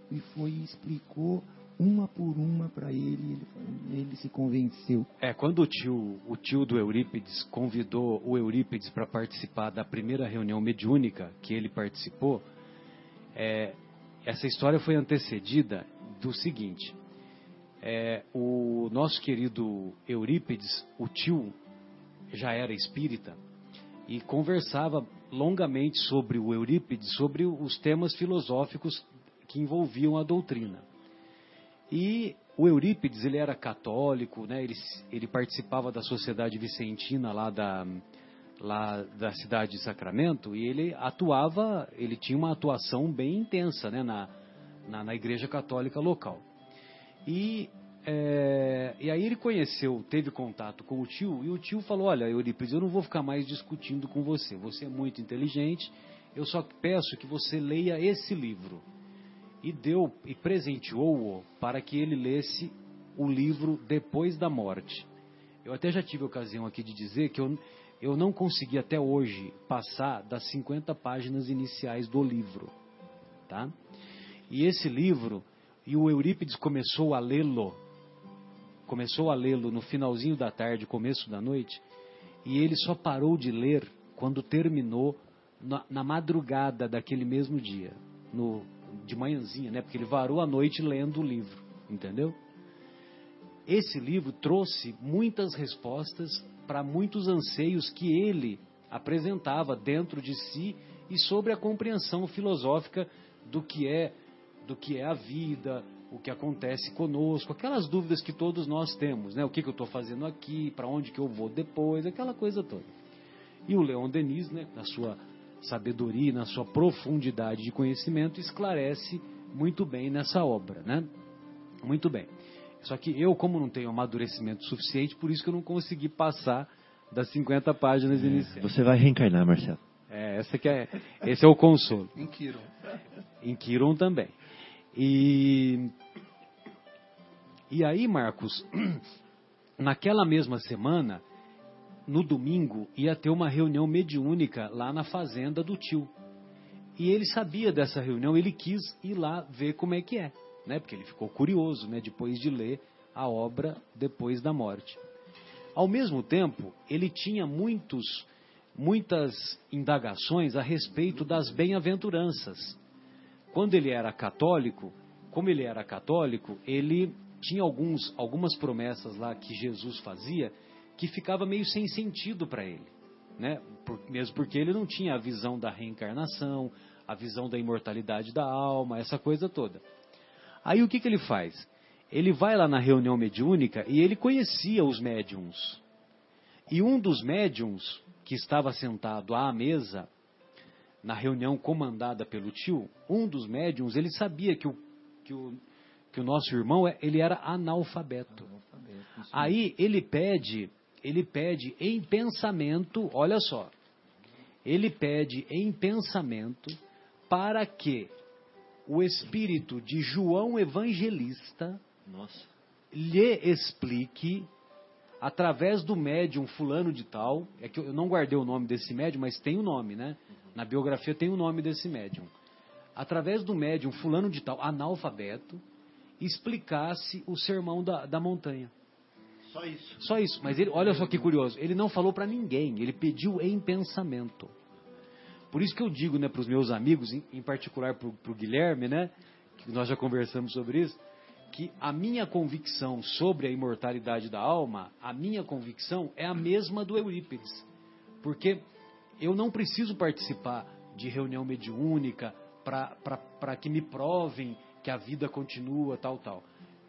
e foi e explicou uma por uma para ele, ele, ele se convenceu. É, quando o tio, o tio do Eurípides convidou o Eurípides para participar da primeira reunião mediúnica que ele participou, é, essa história foi antecedida do seguinte: é, o nosso querido Eurípides, o tio, já era espírita e conversava longamente sobre o Eurípides, sobre os temas filosóficos que envolviam a doutrina. E o Eurípides, ele era católico, né? ele, ele participava da Sociedade Vicentina lá da, lá da cidade de Sacramento, e ele atuava, ele tinha uma atuação bem intensa, né? na, na, na igreja católica local. E, é, e aí ele conheceu, teve contato com o tio, e o tio falou: olha, Eurípides, eu não vou ficar mais discutindo com você, você é muito inteligente, eu só peço que você leia esse livro. E deu e presenteou-o para que ele lesse o livro Depois da Morte. Eu até já tive a ocasião aqui de dizer que eu, eu não consegui até hoje passar das cinquenta páginas iniciais do livro, tá? E esse livro, e o Eurípides começou a lê-lo, começou a lê-lo no finalzinho da tarde, começo da noite, e ele só parou de ler quando terminou na, na madrugada daquele mesmo dia, no de manhãzinha, né? Porque ele varou a noite lendo o livro, entendeu? Esse livro trouxe muitas respostas para muitos anseios que ele apresentava dentro de si e sobre a compreensão filosófica do que é, do que é a vida, o que acontece conosco, aquelas dúvidas que todos nós temos, né? O que, que eu estou fazendo aqui, para onde que eu vou depois, aquela coisa toda. E o Leon Denis, né, na sua sabedoria, na sua profundidade de conhecimento, esclarece muito bem nessa obra, né? Muito bem. Só que eu, como não tenho amadurecimento suficiente, por isso que eu não consegui passar das cinquenta páginas É, iniciais. você vai reencarnar, Marcelo. É, essa que é, esse é o consolo. Em Quiron. Em Quiron também. E, e aí, Marcos, naquela mesma semana, no domingo, ia ter uma reunião mediúnica lá na fazenda do tio. E ele sabia dessa reunião, ele quis ir lá ver como é que é, né? Porque ele ficou curioso, né? Depois de ler a obra Depois da Morte. Ao mesmo tempo, ele tinha muitos, muitas indagações a respeito das bem-aventuranças. Quando ele era católico, como ele era católico, ele tinha alguns, algumas promessas lá que Jesus fazia que ficava meio sem sentido para ele, né? Por, mesmo porque ele não tinha a visão da reencarnação, a visão da imortalidade da alma, essa coisa toda. Aí o que, que ele faz? Ele vai lá na reunião mediúnica e ele conhecia os médiums. E um dos médiums que estava sentado à mesa, na reunião comandada pelo tio, um dos médiums, ele sabia que o, que o, que o nosso irmão ele era analfabeto. analfabeto Aí ele pede... Ele pede em pensamento, olha só, ele pede em pensamento para que o espírito de João Evangelista Nossa. lhe explique, através do médium fulano de tal, é que eu não guardei o nome desse médium, mas tem o nome, né? Na biografia tem o nome desse médium. Através do médium fulano de tal, analfabeto, explicasse o sermão da, da montanha. Só isso. Só isso, mas ele, olha só que curioso, ele não falou para ninguém, ele pediu em pensamento. Por isso que eu digo, né, para os meus amigos, em, em particular para o Guilherme, né, que nós já conversamos sobre isso, que a minha convicção sobre a imortalidade da alma, a minha convicção é a mesma do Eurípides. Porque eu não preciso participar de reunião mediúnica para que me provem que a vida continua, tal, tal.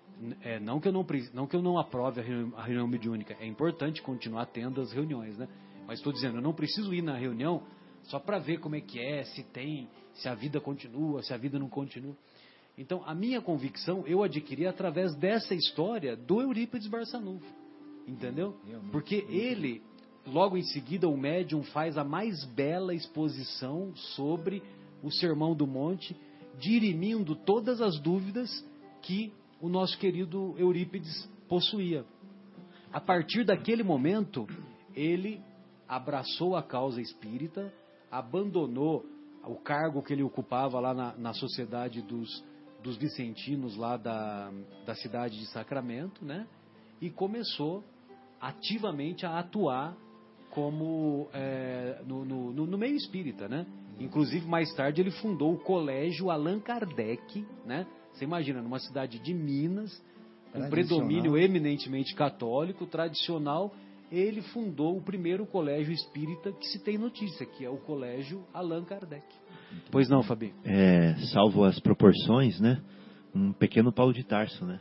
É, não, que eu não, não que eu não aprove a reunião, a reunião mediúnica, é importante continuar tendo as reuniões, né? Mas estou dizendo, eu não preciso ir na reunião só para ver como é que é, se tem, se a vida continua, se a vida não continua. Então, a minha convicção eu adquiri através dessa história do Eurípides Barçanufo, entendeu? Porque ele, logo em seguida, o médium faz a mais bela exposição sobre o Sermão do Monte, dirimindo todas as dúvidas que o nosso querido Eurípides possuía. A partir daquele momento, ele abraçou a causa espírita, abandonou o cargo que ele ocupava lá na, na sociedade dos, dos vicentinos lá da, da cidade de Sacramento, né? E começou ativamente a atuar como é, no, no, no meio espírita, né? Inclusive, mais tarde, ele fundou o Colégio Allan Kardec, né? Você imagina, numa cidade de Minas, um predomínio eminentemente católico, tradicional, ele fundou o primeiro colégio espírita que se tem notícia, que é o Colégio Allan Kardec. Pois não, Fabinho? É, salvo as proporções, né? Um pequeno Paulo de Tarso, né?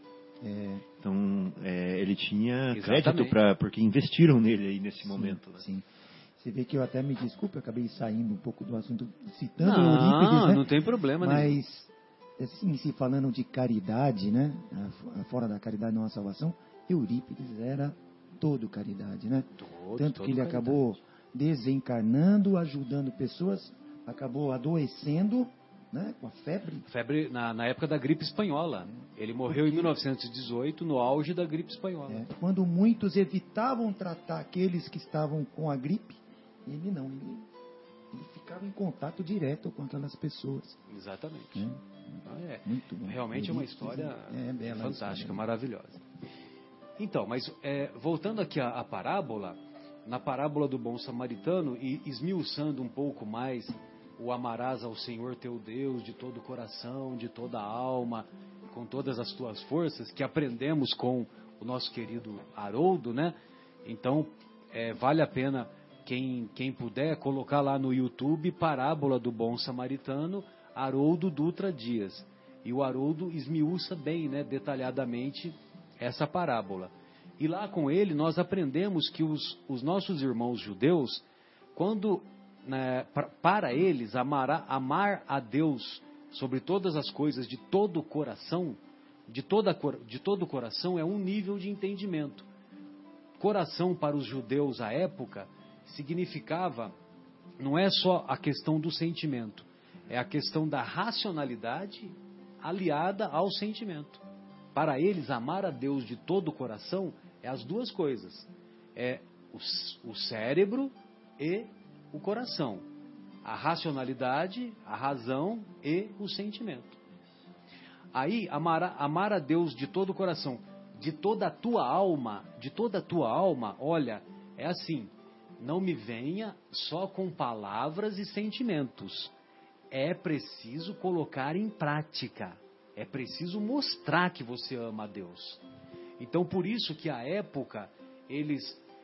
É, Então, é, ele tinha Exatamente. crédito para porque investiram nele aí nesse sim, momento. Né? Sim. Você vê que eu até me desculpe, eu acabei saindo um pouco do assunto, citando Não, Eurípides, né? não tem problema nenhum. Mas, assim, se falando de caridade, né? Fora da caridade não há salvação, Eurípides era todo caridade, né? Todo, Tanto todo que ele caridade. acabou desencarnando, ajudando pessoas, acabou adoecendo, né? Com a febre. Febre na, na época da gripe espanhola. Ele morreu em mil novecentos e dezoito, no auge da gripe espanhola. É, quando muitos evitavam tratar aqueles que estavam com a gripe, ele não, ele, ele ficava em contato direto com aquelas pessoas. Exatamente. Né? Ah, é. Muito bom. Realmente é uma Eurípides história é bela fantástica, história. maravilhosa. Então, mas é, voltando aqui à, à parábola, na parábola do bom samaritano, e esmiuçando um pouco mais o amarás ao Senhor teu Deus de todo o coração, de toda a alma, com todas as tuas forças, que aprendemos com o nosso querido Haroldo, né? Então, é, vale a pena, quem, quem puder, colocar lá no YouTube, Parábola do Bom Samaritano, Haroldo Dutra Dias. E o Haroldo esmiuça bem, né, detalhadamente, essa parábola. E lá com ele nós aprendemos que os, os nossos irmãos judeus, quando, né, pra, para eles, amar, amar a Deus sobre todas as coisas, de todo o coração, de, toda, de todo o coração é um nível de entendimento. Coração para os judeus à época significava, não é só a questão do sentimento, é a questão da racionalidade aliada ao sentimento. Para eles, amar a Deus de todo o coração é as duas coisas. É o, o cérebro e o coração. A racionalidade, a razão e o sentimento. Aí, amar, amar a Deus de todo o coração, de toda a tua alma, de toda a tua alma, olha, é assim, não me venha só com palavras e sentimentos. É preciso colocar em prática. É preciso mostrar que você ama a Deus. Então, por isso que à época, eles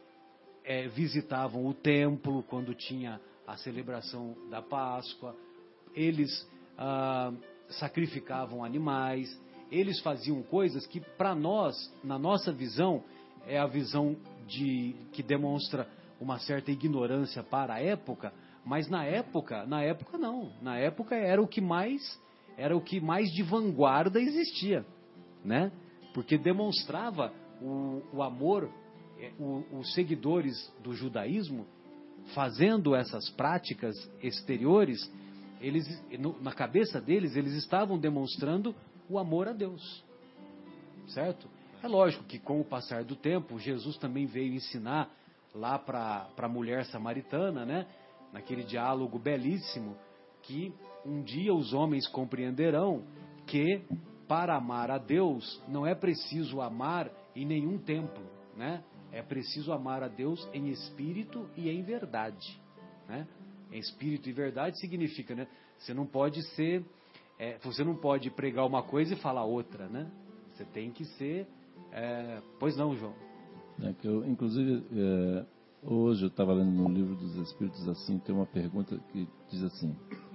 é, visitavam o templo quando tinha a celebração da Páscoa, eles ah, sacrificavam animais, eles faziam coisas que para nós, na nossa visão, é a visão de, que demonstra uma certa ignorância para a época, mas na época, na época não, na época era o que mais, era o que mais de vanguarda existia, né? Porque demonstrava o, o amor, o, os seguidores do judaísmo, fazendo essas práticas exteriores, eles, na cabeça deles, eles estavam demonstrando o amor a Deus, certo? É lógico que com o passar do tempo, Jesus também veio ensinar lá para a mulher samaritana, né? Naquele diálogo belíssimo, que um dia os homens compreenderão que para amar a Deus não é preciso amar em nenhum templo, né? É preciso amar a Deus em espírito e em verdade, né? Em espírito e verdade significa, né? Você não pode ser, é, você não pode pregar uma coisa e falar outra, né? Você tem que ser, é... pois não, João? É que eu, inclusive, é, hoje eu estava lendo no livro dos Espíritos assim, tem uma pergunta que diz assim: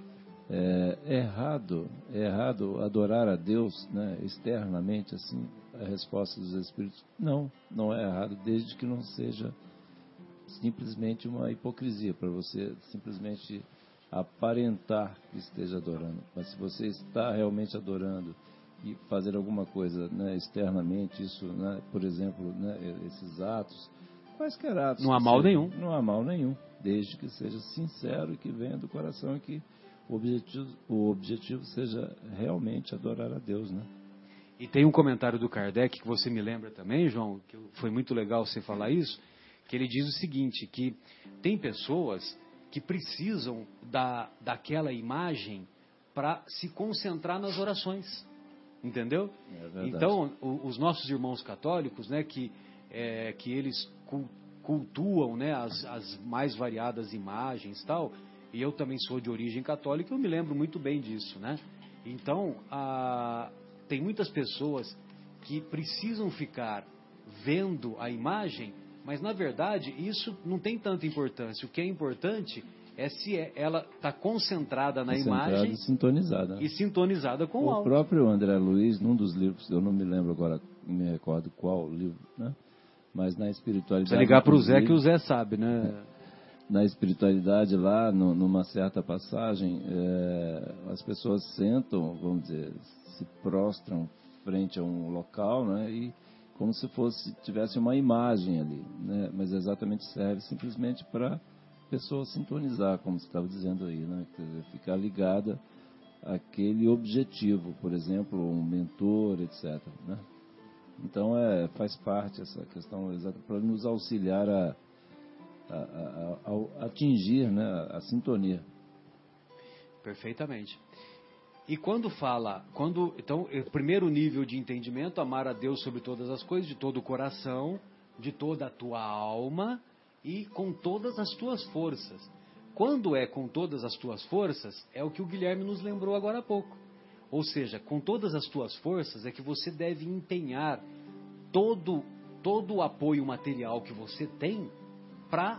é, é errado, é errado adorar a Deus, né, externamente assim? A resposta dos Espíritos: não, não é errado, desde que não seja simplesmente uma hipocrisia, para você simplesmente aparentar que esteja adorando. Mas se você está realmente adorando e fazer alguma coisa, né, externamente, isso, né, por exemplo, né, esses atos, quaisquer atos, não há mal seja, nenhum. Não há mal nenhum, desde que seja sincero e que venha do coração e que o objetivo, o objetivo seja realmente adorar a Deus, né? E tem um comentário do Kardec que você me lembra também, João, que foi muito legal você falar isso, que ele diz o seguinte, que tem pessoas que precisam da, daquela imagem para se concentrar nas orações. Entendeu? É então, o, os nossos irmãos católicos, né, que, é, que eles cultuam, né, as, as mais variadas imagens e tal, e eu também sou de origem católica, eu me lembro muito bem disso, né? Então, a, tem muitas pessoas que precisam ficar vendo a imagem, mas na verdade isso não tem tanta importância. O que é importante é se ela está concentrada na concentrada imagem e sintonizada. E sintonizada com o, o alto. O próprio André Luiz, num dos livros, eu não me lembro agora, não me recordo qual livro, né? Mas na espiritualidade... Precisa ligar para o Zé, que o Zé sabe, né? Na espiritualidade lá, no, numa certa passagem, é, as pessoas sentam, vamos dizer, se prostram frente a um local, né? E como se fosse, tivesse uma imagem ali, né? Mas exatamente serve simplesmente para a pessoa sintonizar, como você estava dizendo aí, né? Quer dizer, ficar ligada àquele objetivo, por exemplo, um mentor, etcétera, né? Então, é, faz parte essa questão exata para nos auxiliar a, a, a, a atingir, né, a, a sintonia. Perfeitamente. E quando fala, quando, então, o primeiro nível de entendimento, amar a Deus sobre todas as coisas, de todo o coração, de toda a tua alma e com todas as tuas forças. Quando é com todas as tuas forças, é o que o Guilherme nos lembrou agora há pouco. Ou seja, com todas as tuas forças é que você deve empenhar todo, todo o apoio material que você tem para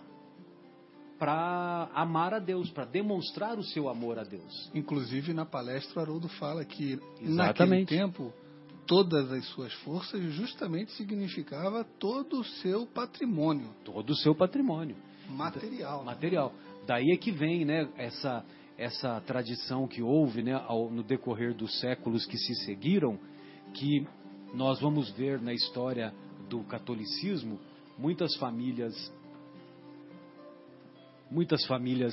para amar a Deus, para demonstrar o seu amor a Deus. Inclusive, na palestra, o Haroldo fala que, Exatamente. naquele tempo, todas as suas forças justamente significava todo o seu patrimônio. Todo o seu patrimônio. Material. Material. Daí é que vem, né, essa, essa tradição que houve, né, ao, no decorrer dos séculos que se seguiram, que nós vamos ver na história do catolicismo, muitas famílias... Muitas famílias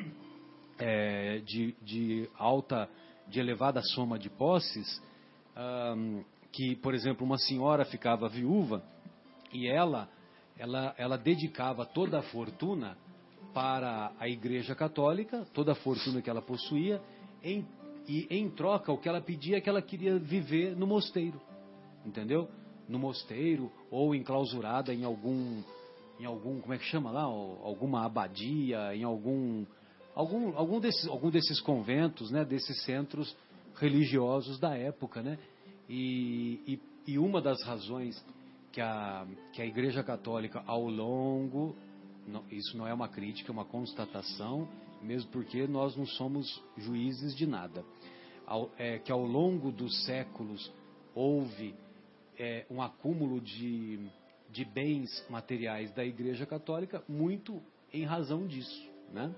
é, de, de alta, de elevada soma de posses, um, que, por exemplo, uma senhora ficava viúva e ela, ela, ela dedicava toda a fortuna para a Igreja Católica, toda a fortuna que ela possuía, em, e em troca o que ela pedia é que ela queria viver no mosteiro, entendeu? No mosteiro ou enclausurada em algum... em algum, como é que chama lá, alguma abadia, em algum, algum, algum, desses, algum desses conventos, né, desses centros religiosos da época, né, e, e, e uma das razões que a, que a Igreja Católica ao longo, não, isso não é uma crítica, é uma constatação, mesmo porque nós não somos juízes de nada, ao, é, que ao longo dos séculos houve é, um acúmulo de... de bens materiais da Igreja Católica, muito em razão disso, né?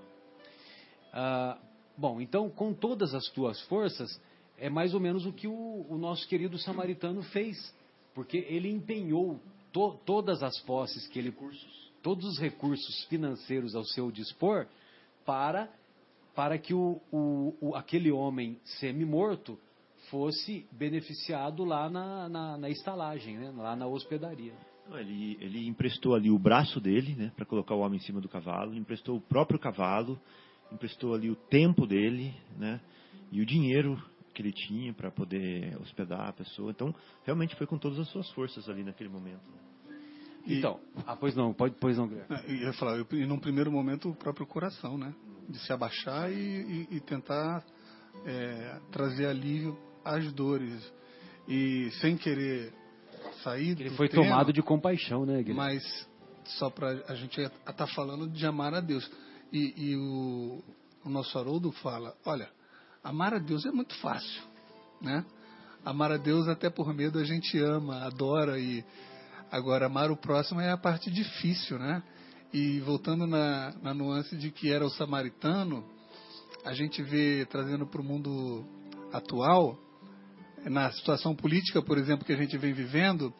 Ah, bom, então, com todas as tuas forças, é mais ou menos o que o, o nosso querido samaritano fez, porque ele empenhou to, todas as posses que ele, todos os recursos financeiros ao seu dispor, para, para que o, o, o, aquele homem semi-morto fosse beneficiado lá na, na, na estalagem, né? Lá na hospedaria. Ele, ele emprestou ali o braço dele, né, para colocar o homem em cima do cavalo, emprestou o próprio cavalo, emprestou ali o tempo dele, né, e o dinheiro que ele tinha para poder hospedar a pessoa. Então, realmente foi com todas as suas forças ali naquele momento. E, então, ah, pois não, pode, pois não, Guilherme. Eu ia falar, eu, e num primeiro momento, o próprio coração, né, de se abaixar e, e, e tentar é, trazer alívio às dores. E sem querer... sair Ele do foi tema, tomado de compaixão, né, Guilherme? Mas só para a gente estar falando de amar a Deus. E, e o, o nosso Haroldo fala, olha, amar a Deus é muito fácil, né? Amar a Deus até por medo a gente ama, adora, e agora amar o próximo é a parte difícil, né? E voltando na, na nuance de que era o samaritano, a gente vê, trazendo para o mundo atual, na situação política, por exemplo, que a gente vem vivendo,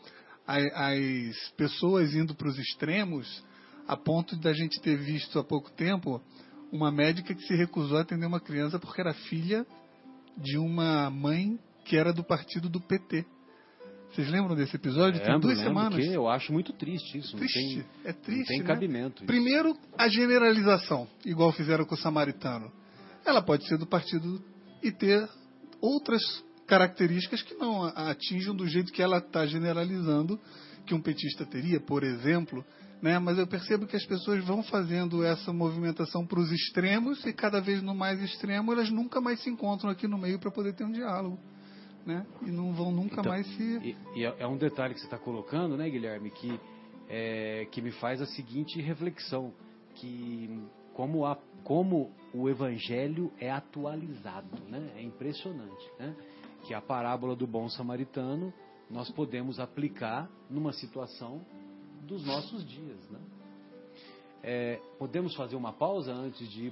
as pessoas indo para os extremos, a ponto de a gente ter visto há pouco tempo uma médica que se recusou a atender uma criança porque era filha de uma mãe que era do partido do P T. Vocês lembram desse episódio? É, tem duas lembro, semanas. Que eu acho muito triste isso. Triste, não tem, é triste, não tem né? cabimento. Isso. Primeiro, a generalização, igual fizeram com o samaritano. Ela pode ser do partido e ter outras características que não a atinjam do jeito que ela está generalizando que um petista teria, por exemplo, né? Mas eu percebo que as pessoas vão fazendo essa movimentação para os extremos e cada vez no mais extremo elas nunca mais se encontram aqui no meio para poder ter um diálogo, né? E não vão nunca então, mais se... E, e é um detalhe que você está colocando, né, Guilherme, que, é, que me faz a seguinte reflexão, que como, a, como o Evangelho é atualizado, né? É impressionante, né? Que a parábola do bom samaritano nós podemos aplicar numa situação dos nossos dias, né? É, podemos fazer uma pausa antes de ir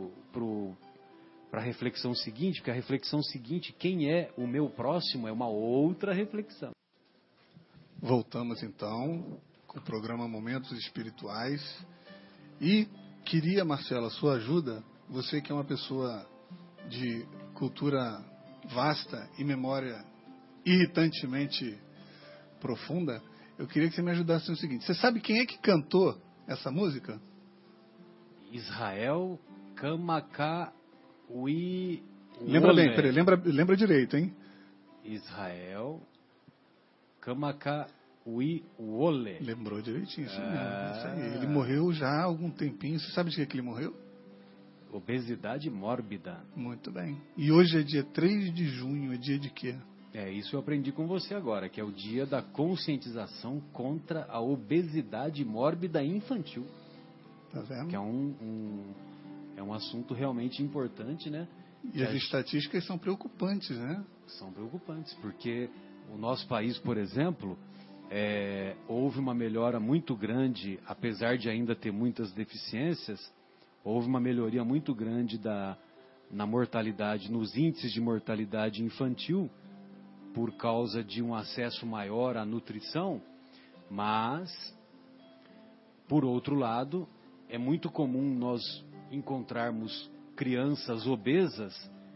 para a reflexão seguinte, porque a reflexão seguinte, quem é o meu próximo, é uma outra reflexão. Voltamos então com o programa Momentos Espirituais e queria, Marcela, sua ajuda, você que é uma pessoa de cultura vasta e memória irritantemente profunda, eu queria que você me ajudasse no seguinte: você sabe quem é que cantou essa música? Israel Kamaka Ui. Lembra bem, peraí, lembra, lembra direito, hein? Israel Kamaka Ui Wole. Lembrou direitinho, isso Ah. mesmo. Isso aí. Ele morreu já há algum tempinho. Você sabe de que, que ele morreu? Obesidade mórbida. Muito bem. E hoje é dia três de junho, é dia de quê? É, isso eu aprendi com você agora, que é o dia da conscientização contra a obesidade mórbida infantil. Tá vendo? Que é um, um, é um assunto realmente importante, né? E que as estatísticas são preocupantes, né? São preocupantes, porque o nosso país, por exemplo, é, houve uma melhora muito grande, apesar de ainda ter muitas deficiências, houve uma melhoria muito grande da, na mortalidade, nos índices de mortalidade infantil, por causa de um acesso maior à nutrição, mas, por outro lado, é muito comum nós encontrarmos crianças obesas,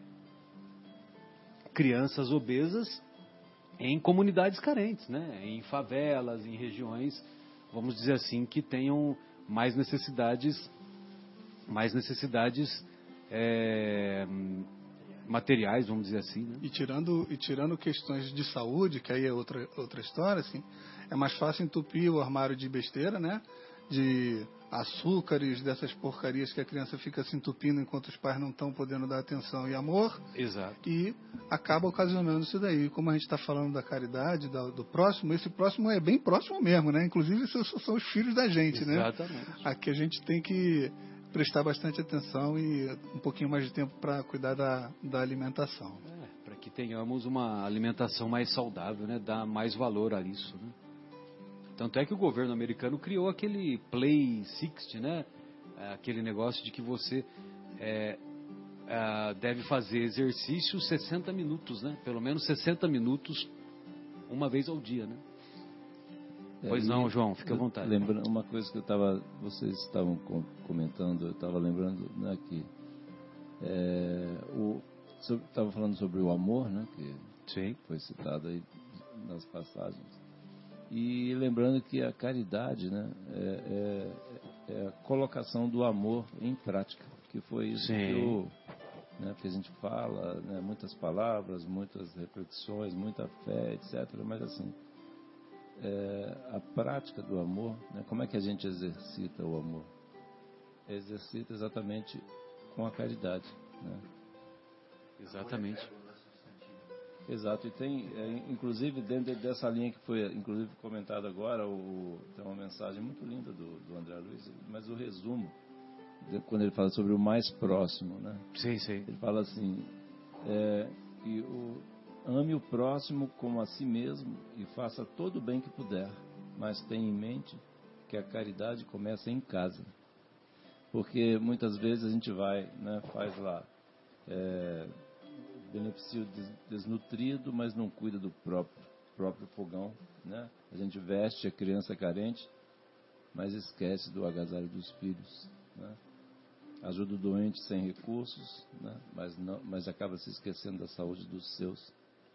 crianças obesas em comunidades carentes, né? Em favelas, em regiões, vamos dizer assim, que tenham mais necessidades, mais necessidades é, materiais, vamos dizer assim, né? E tirando, e tirando questões de saúde, que aí é outra, outra história, assim, é mais fácil entupir o armário de besteira, né? De açúcares, dessas porcarias que a criança fica se entupindo enquanto os pais não estão podendo dar atenção e amor. Exato. E acaba ocasionando isso daí. Como a gente está falando da caridade, do, do próximo, esse próximo é bem próximo mesmo, né? Inclusive, esses são os filhos da gente, né? Exatamente. Aqui a gente tem que prestar bastante atenção e um pouquinho mais de tempo para cuidar da, da alimentação. É, para que tenhamos uma alimentação mais saudável, né? Dar mais valor a isso, né? Tanto é que o governo americano criou aquele Play sessenta, né? Aquele negócio de que você é, é, deve fazer exercício sessenta minutos, né? Pelo menos sessenta minutos uma vez ao dia, né? É, pois não, João, fica à vontade. Lembrando uma coisa que eu estava, vocês estavam comentando, eu estava lembrando, né, que é, o estava falando sobre o amor, né? Que Sim. foi citado aí nas passagens. E lembrando que a caridade, né, é, é, é a colocação do amor em prática, que foi isso Sim. que, o, né, que a gente fala, né, muitas palavras, muitas reflexões, muita fé, etcétera. Mas assim, é, a prática do amor, né, como é que a gente exercita o amor? Exercita exatamente com a caridade, né? Exatamente. Exato, e tem, é, inclusive, dentro dessa linha que foi, inclusive, comentado agora, o, tem uma mensagem muito linda do, do André Luiz, mas o resumo, de, quando ele fala sobre o mais próximo, né? Sim, sim. Ele fala assim, é, que o, ame o próximo como a si mesmo e faça todo o bem que puder, mas tenha em mente que a caridade começa em casa. Porque muitas vezes a gente vai, né, faz lá... É, beneficia o desnutrido, mas não cuida do próprio, próprio fogão, né? A gente veste a criança carente, mas esquece do agasalho dos filhos, né? Ajuda o doente sem recursos, né? mas, não, mas acaba se esquecendo da saúde dos seus.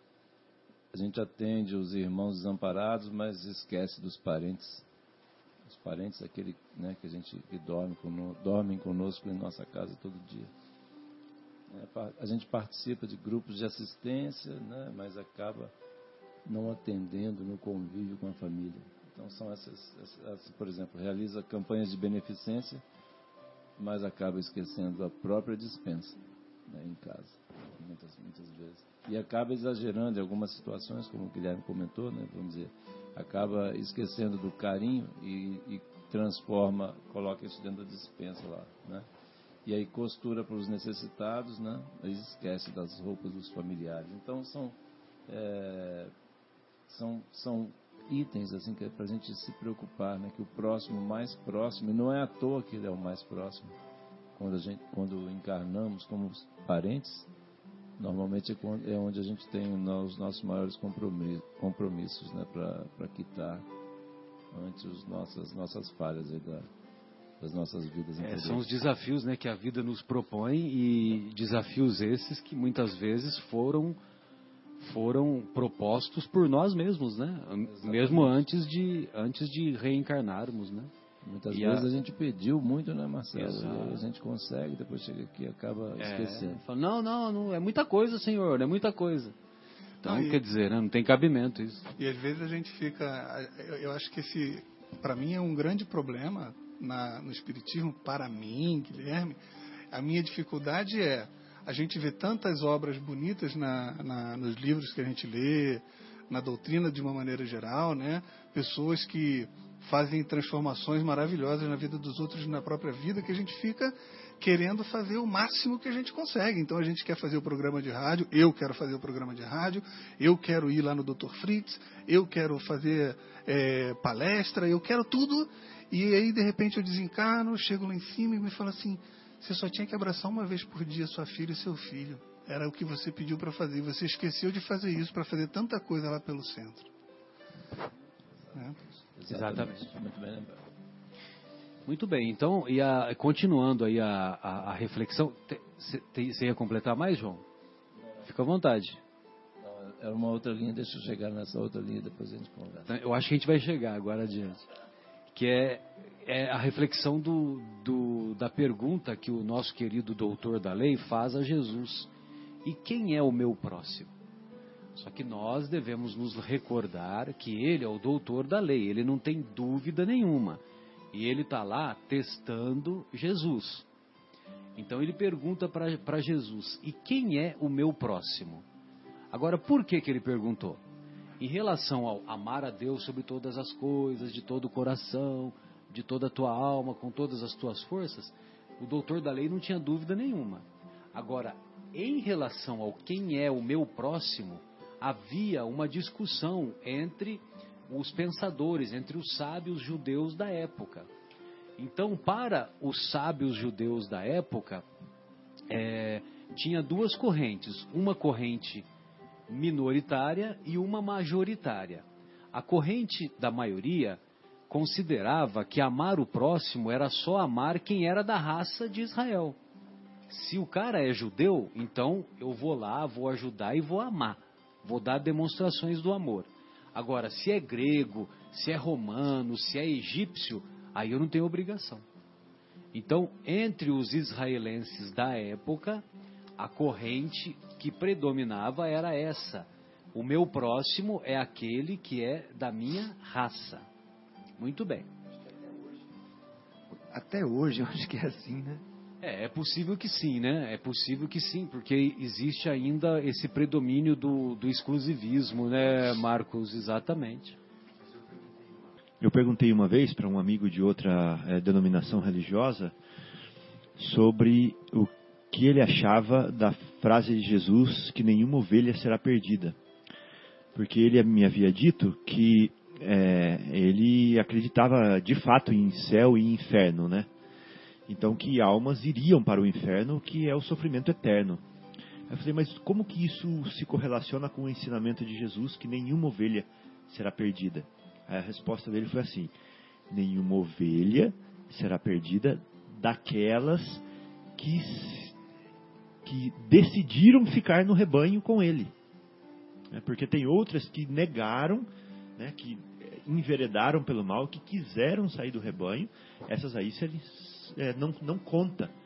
A gente atende os irmãos desamparados, mas esquece dos parentes. Os parentes, aquele, né, que a gente que dorme conosco, dormem conosco em nossa casa todo dia. A gente participa de grupos de assistência, né, mas acaba não atendendo no convívio com a família. Então, são essas, essas, por exemplo, realiza campanhas de beneficência, mas acaba esquecendo a própria despensa, né, em casa, muitas, muitas vezes. E acaba exagerando em algumas situações, como o Guilherme comentou, né, vamos dizer, acaba esquecendo do carinho e, e transforma, coloca isso dentro da despensa lá, né? E aí costura para os necessitados, né? Aí esquece das roupas dos familiares. Então são é, são, são itens assim que é para a gente se preocupar, né? Que o próximo mais próximo, e não é à toa que ele é o mais próximo. Quando a gente, quando encarnamos como parentes, normalmente é, quando, é onde a gente tem os nossos maiores compromissos, compromissos, né? Para para quitar antes as nossas nossas falhas aí da das nossas vidas. É, são os desafios, né, que a vida nos propõe, e desafios esses que muitas vezes foram foram propostos por nós mesmos, né? Exatamente. Mesmo antes de antes de reencarnarmos, né? Muitas e vezes a... a gente pediu muito, né, Marcelo? Exato. E aí a gente consegue, depois chega aqui e acaba é, esquecendo. Fala, não, não, não, é muita coisa, Senhor, é muita coisa. Então, não, quer e, dizer, né, não tem cabimento isso. E às vezes a gente fica... Eu, eu acho que esse, para mim, é um grande problema na, no Espiritismo, para mim, Guilherme. A minha dificuldade é... A gente vê tantas obras bonitas na, na, nos livros que a gente lê, na doutrina de uma maneira geral, né? Pessoas que fazem transformações maravilhosas na vida dos outros e na própria vida, que a gente fica querendo fazer o máximo que a gente consegue. Então a gente quer fazer o programa de rádio, eu quero fazer o programa de rádio, eu quero ir lá no doutor Fritz, eu quero fazer é, palestra, eu quero tudo. E aí, de repente, eu desencarno, chego lá em cima e me falo assim: você só tinha que abraçar uma vez por dia sua filha e seu filho. Era o que você pediu para fazer. Você esqueceu de fazer isso, para fazer tanta coisa lá pelo centro. Né? Exatamente. Muito bem lembrado. Muito bem, então, e a, continuando aí a, a, a reflexão, você ia completar mais, João? Fica à vontade. Não, era uma outra linha, deixa eu chegar nessa outra linha, depois a gente conversa. Eu acho que a gente vai chegar agora adiante. Que é, é a reflexão do, do, da pergunta que o nosso querido doutor da lei faz a Jesus. E quem é o meu próximo? Só que nós devemos nos recordar que ele é o doutor da lei, ele não tem dúvida nenhuma. E ele está lá testando Jesus. Então ele pergunta para Jesus: e quem é o meu próximo? Agora, por que, que ele perguntou? Em relação ao amar a Deus sobre todas as coisas, de todo o coração, de toda a tua alma, com todas as tuas forças, o doutor da lei não tinha dúvida nenhuma. Agora, em relação ao quem é o meu próximo, havia uma discussão entre os pensadores, entre os sábios judeus da época. Então, para os sábios judeus da época, é, tinha duas correntes, uma corrente minoritária e uma majoritária. A corrente da maioria considerava que amar o próximo era só amar quem era da raça de Israel. Se o cara é judeu, então eu vou lá, vou ajudar e vou amar. Vou dar demonstrações do amor. Agora, se é grego, se é romano, se é egípcio, aí eu não tenho obrigação. Então, entre os israelenses da época, a corrente que predominava era essa: o meu próximo é aquele que é da minha raça. Muito bem. Até hoje eu acho que é assim, né? É, é possível que sim, né? É possível que sim, porque existe ainda esse predomínio do, do exclusivismo, né, Marcos? Exatamente. Eu perguntei uma vez para um amigo de outra é, denominação religiosa sobre o que ele achava da frase de Jesus que nenhuma ovelha será perdida. Porque ele me havia dito que é, ele acreditava de fato em céu e inferno, né? Então que almas iriam para o inferno, que é o sofrimento eterno. Eu falei, mas como que isso se correlaciona com o ensinamento de Jesus que nenhuma ovelha será perdida? Aí a resposta dele foi assim: nenhuma ovelha será perdida daquelas que, que decidiram ficar no rebanho com ele. É, porque tem outras que negaram, né, que enveredaram pelo mal, que quiseram sair do rebanho. Essas aí se eles, é, não, não conta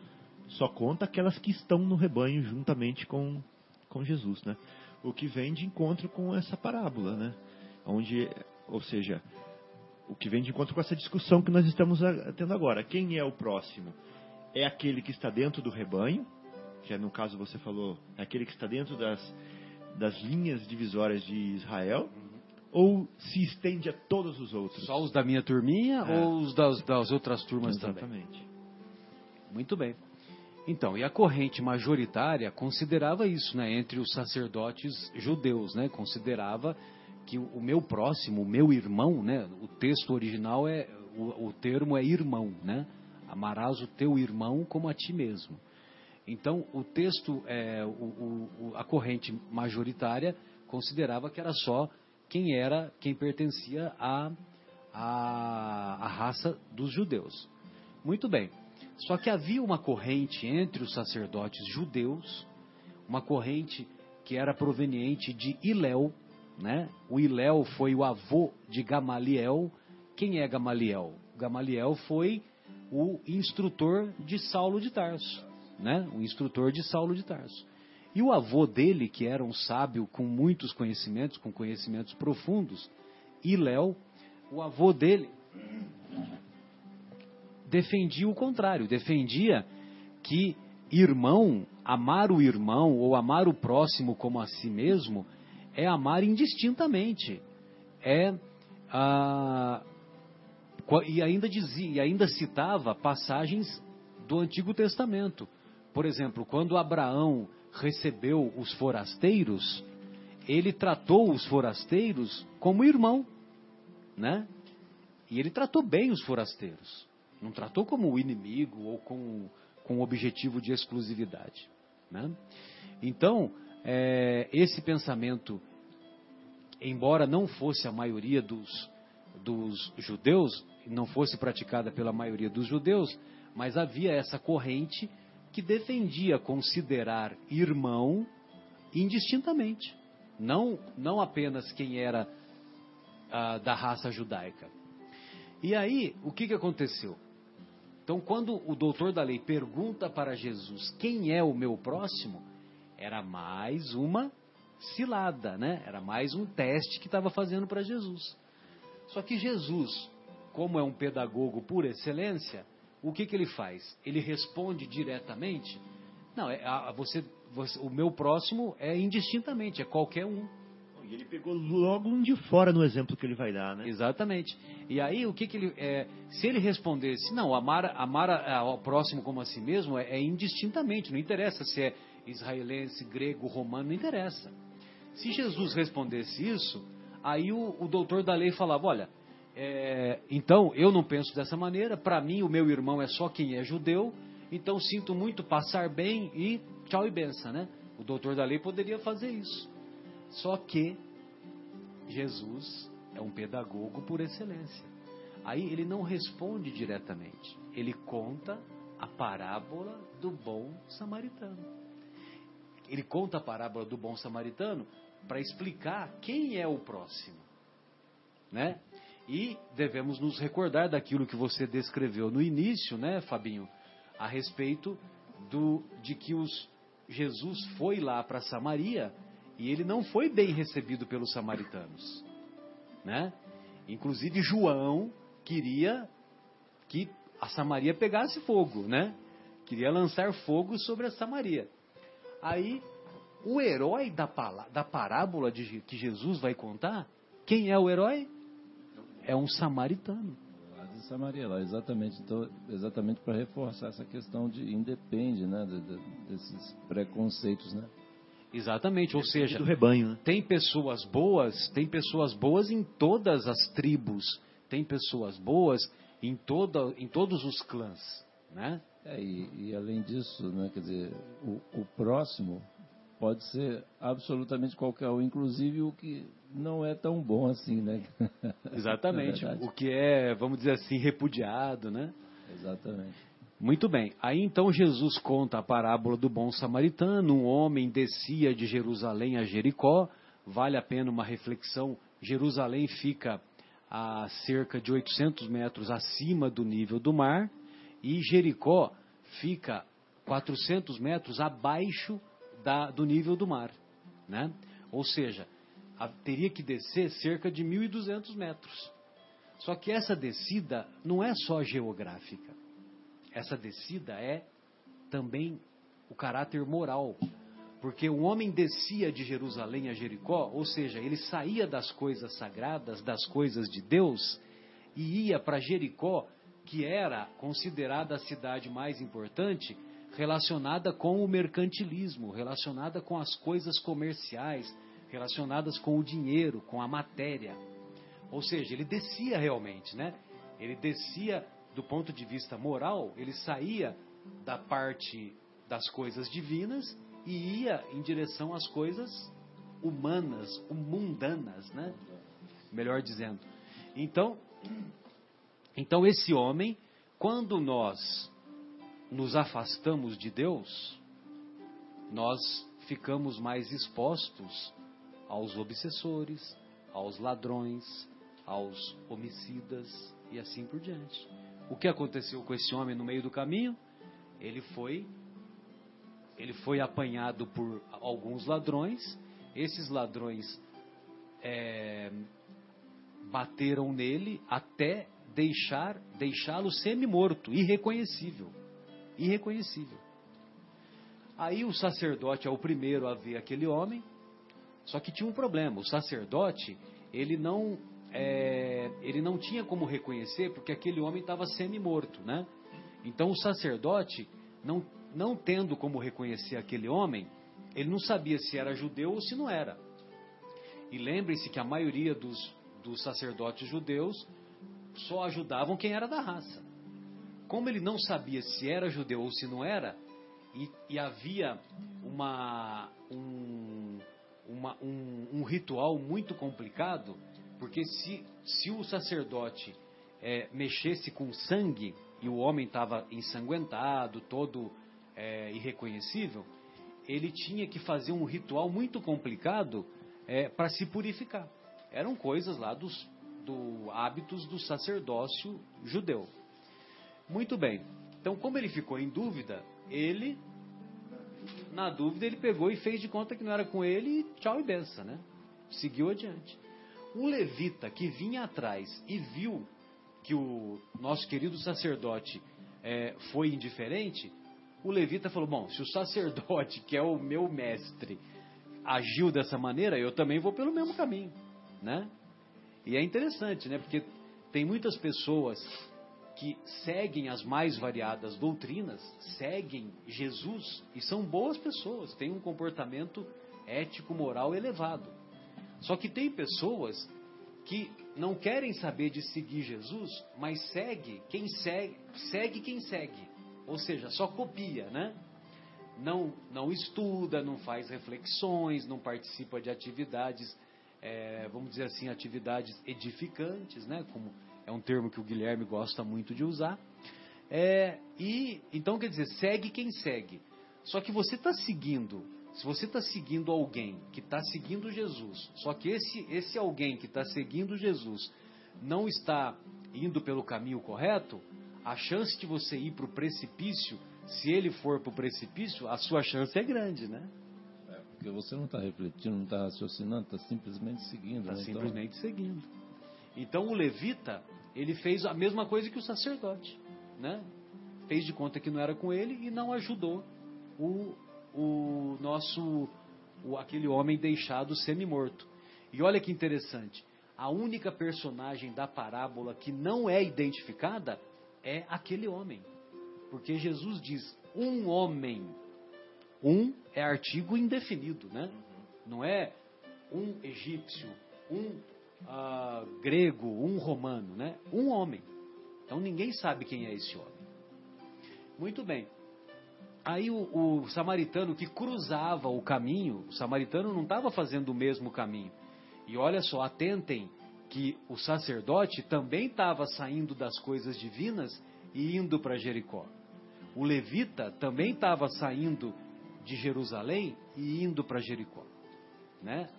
só conta aquelas que estão no rebanho juntamente com, com Jesus, né? O que vem de encontro com essa parábola, né? Onde, ou seja, o que vem de encontro com essa discussão que nós estamos tendo agora. Quem é o próximo? É aquele que está dentro do rebanho, que é, no caso você falou, é aquele que está dentro das, das linhas divisórias de Israel, ou se estende a todos os outros? Só os da minha turminha É. ou os das, das outras turmas também? Exatamente. Muito bem. Então, e a corrente majoritária considerava isso, né, entre os sacerdotes judeus, né, considerava que o meu próximo, o meu irmão, né, o texto original é, o, o termo é irmão, né, amarás o teu irmão como a ti mesmo. Então, o texto, é, o, o, a corrente majoritária considerava que era só quem era, quem pertencia à, à, à raça dos judeus. Muito bem. Só que havia uma corrente entre os sacerdotes judeus, uma corrente que era proveniente de Hilel, né? O Hilel foi o avô de Gamaliel. Quem é Gamaliel? Gamaliel foi o instrutor de Saulo de Tarso, né? O instrutor de Saulo de Tarso. E o avô dele, que era um sábio com muitos conhecimentos, com conhecimentos profundos, Hilel, o avô dele defendia o contrário, defendia que irmão, amar o irmão ou amar o próximo como a si mesmo, é amar indistintamente. É, ah, e, ainda dizia, e ainda citava passagens do Antigo Testamento. Por exemplo, quando Abraão recebeu os forasteiros, ele tratou os forasteiros como irmão, né? E ele tratou bem os forasteiros. Não tratou como o inimigo ou com, com objetivo de exclusividade, né? Então, é, esse pensamento, embora não fosse a maioria dos, dos judeus, não fosse praticada pela maioria dos judeus, mas havia essa corrente que defendia considerar irmão indistintamente. Não, não apenas quem era ah, da raça judaica. E aí, o que, que aconteceu? Então, quando o doutor da lei pergunta para Jesus quem é o meu próximo, era mais uma cilada, né? Era mais um teste que estava fazendo para Jesus. Só que Jesus, como é um pedagogo por excelência, o que, que ele faz? Ele responde diretamente? Não, é, a, você, você, o meu próximo é indistintamente, é qualquer um. E ele pegou logo um de fora no exemplo que ele vai dar, né? Exatamente. E aí, o que, que ele... É, se ele respondesse, não, amar, amar ao próximo como a si mesmo é, é indistintamente, não interessa se é israelense, grego, romano, não interessa. Se Jesus respondesse isso, aí o, o doutor da lei falava, olha, é, então eu não penso dessa maneira, para mim o meu irmão é só quem é judeu, então sinto muito passar bem e tchau e benção, né? O doutor da lei poderia fazer isso. Só que Jesus é um pedagogo por excelência. Aí ele não responde diretamente. Ele conta a parábola do bom samaritano. Ele conta a parábola do bom samaritano para explicar quem é o próximo, né? E devemos nos recordar daquilo que você descreveu no início, né, Fabinho? A respeito do, de que os, Jesus foi lá para Samaria e ele não foi bem recebido pelos samaritanos, né? Inclusive João queria que a Samaria pegasse fogo, né? Queria lançar fogo sobre a Samaria. Aí, o herói da, da parábola de, que Jesus vai contar, quem é o herói? É um samaritano. Lá de Samaria, lá, exatamente. Então, exatamente para reforçar essa questão de independe, né? De, de, desses preconceitos, né? Exatamente, ou seja, do rebanho, né? Tem pessoas boas, tem pessoas boas em todas as tribos, tem pessoas boas em, toda, em todos os clãs, né? É, e, e além disso, né, quer dizer, o, o próximo pode ser absolutamente qualquer um, inclusive o que não é tão bom assim, né? Exatamente, o que é, vamos dizer assim, repudiado, né? Exatamente. Muito bem, aí então Jesus conta a parábola do bom samaritano. Um homem descia de Jerusalém a Jericó. Vale a pena uma reflexão. Jerusalém fica a cerca de oitocentos metros acima do nível do mar e Jericó fica quatrocentos metros abaixo da, do nível do mar, né? Ou seja, a, teria que descer cerca de mil e duzentos metros. Só que essa descida não é só geográfica. Essa descida é também o caráter moral. Porque o homem descia de Jerusalém a Jericó, ou seja, ele saía das coisas sagradas, das coisas de Deus, e ia para Jericó, que era considerada a cidade mais importante, relacionada com o mercantilismo, relacionada com as coisas comerciais, relacionadas com o dinheiro, com a matéria. Ou seja, ele descia realmente, né? Ele descia do ponto de vista moral, ele saía da parte das coisas divinas e ia em direção às coisas humanas, mundanas, né? Melhor dizendo. Então, então esse homem, quando nós nos afastamos de Deus, nós ficamos mais expostos aos obsessores, aos ladrões, aos homicidas e assim por diante. O que aconteceu com esse homem no meio do caminho? Ele foi, ele foi apanhado por alguns ladrões. Esses ladrões é, bateram nele até deixar, deixá-lo semi-morto, irreconhecível. Irreconhecível. Aí o sacerdote é o primeiro a ver aquele homem, só que tinha um problema. O sacerdote, ele não, é, ele não tinha como reconhecer, porque aquele homem estava semi-morto, né? Então o sacerdote, não, não tendo como reconhecer aquele homem, ele não sabia se era judeu ou se não era. E lembrem-se que a maioria dos, dos sacerdotes judeus só ajudavam quem era da raça. Como ele não sabia se era judeu ou se não era, e, e havia uma, um, uma, um, um ritual muito complicado, porque se, se o sacerdote é, mexesse com sangue, e o homem estava ensanguentado, todo é, irreconhecível, ele tinha que fazer um ritual muito complicado é, para se purificar. Eram coisas lá dos do, hábitos do sacerdócio judeu. Muito bem. Então, como ele ficou em dúvida, ele, na dúvida, ele pegou e fez de conta que não era com ele e tchau e benção, né? Seguiu adiante. Um levita que vinha atrás e viu que o nosso querido sacerdote é, foi indiferente, o levita falou, bom, se o sacerdote, que é o meu mestre, agiu dessa maneira, eu também vou pelo mesmo caminho, né? E é interessante, né? Porque tem muitas pessoas que seguem as mais variadas doutrinas, seguem Jesus e são boas pessoas, têm um comportamento ético, moral elevado. Só que tem pessoas que não querem saber de seguir Jesus, mas segue quem segue, segue quem segue. Ou seja, só copia, né? Não, não estuda, não faz reflexões, não participa de atividades, é, vamos dizer assim, atividades edificantes, né? Como é um termo que o Guilherme gosta muito de usar. É, e então, quer dizer, segue quem segue. Só que você está seguindo, se você está seguindo alguém que está seguindo Jesus, só que esse, esse alguém que está seguindo Jesus não está indo pelo caminho correto, a chance de você ir para o precipício, se ele for para o precipício, a sua chance é grande, né? É, porque você não está refletindo, não está raciocinando, está simplesmente seguindo. Está né? simplesmente então... seguindo. Então o levita, ele fez a mesma coisa que o sacerdote, né? Fez de conta que não era com ele e não ajudou o, o nosso, o, aquele homem deixado semi-morto. E olha que interessante, a única personagem da parábola que não é identificada é aquele homem. Porque Jesus diz, um homem. Um é artigo indefinido, né? Não é um egípcio, um uh, grego, um romano, né? Um homem. Então ninguém sabe quem é esse homem. Muito bem. Aí o, o samaritano que cruzava o caminho, o samaritano não estava fazendo o mesmo caminho. E olha só, atentem que o sacerdote também estava saindo das coisas divinas e indo para Jericó. O levita também estava saindo de Jerusalém e indo para Jericó, né?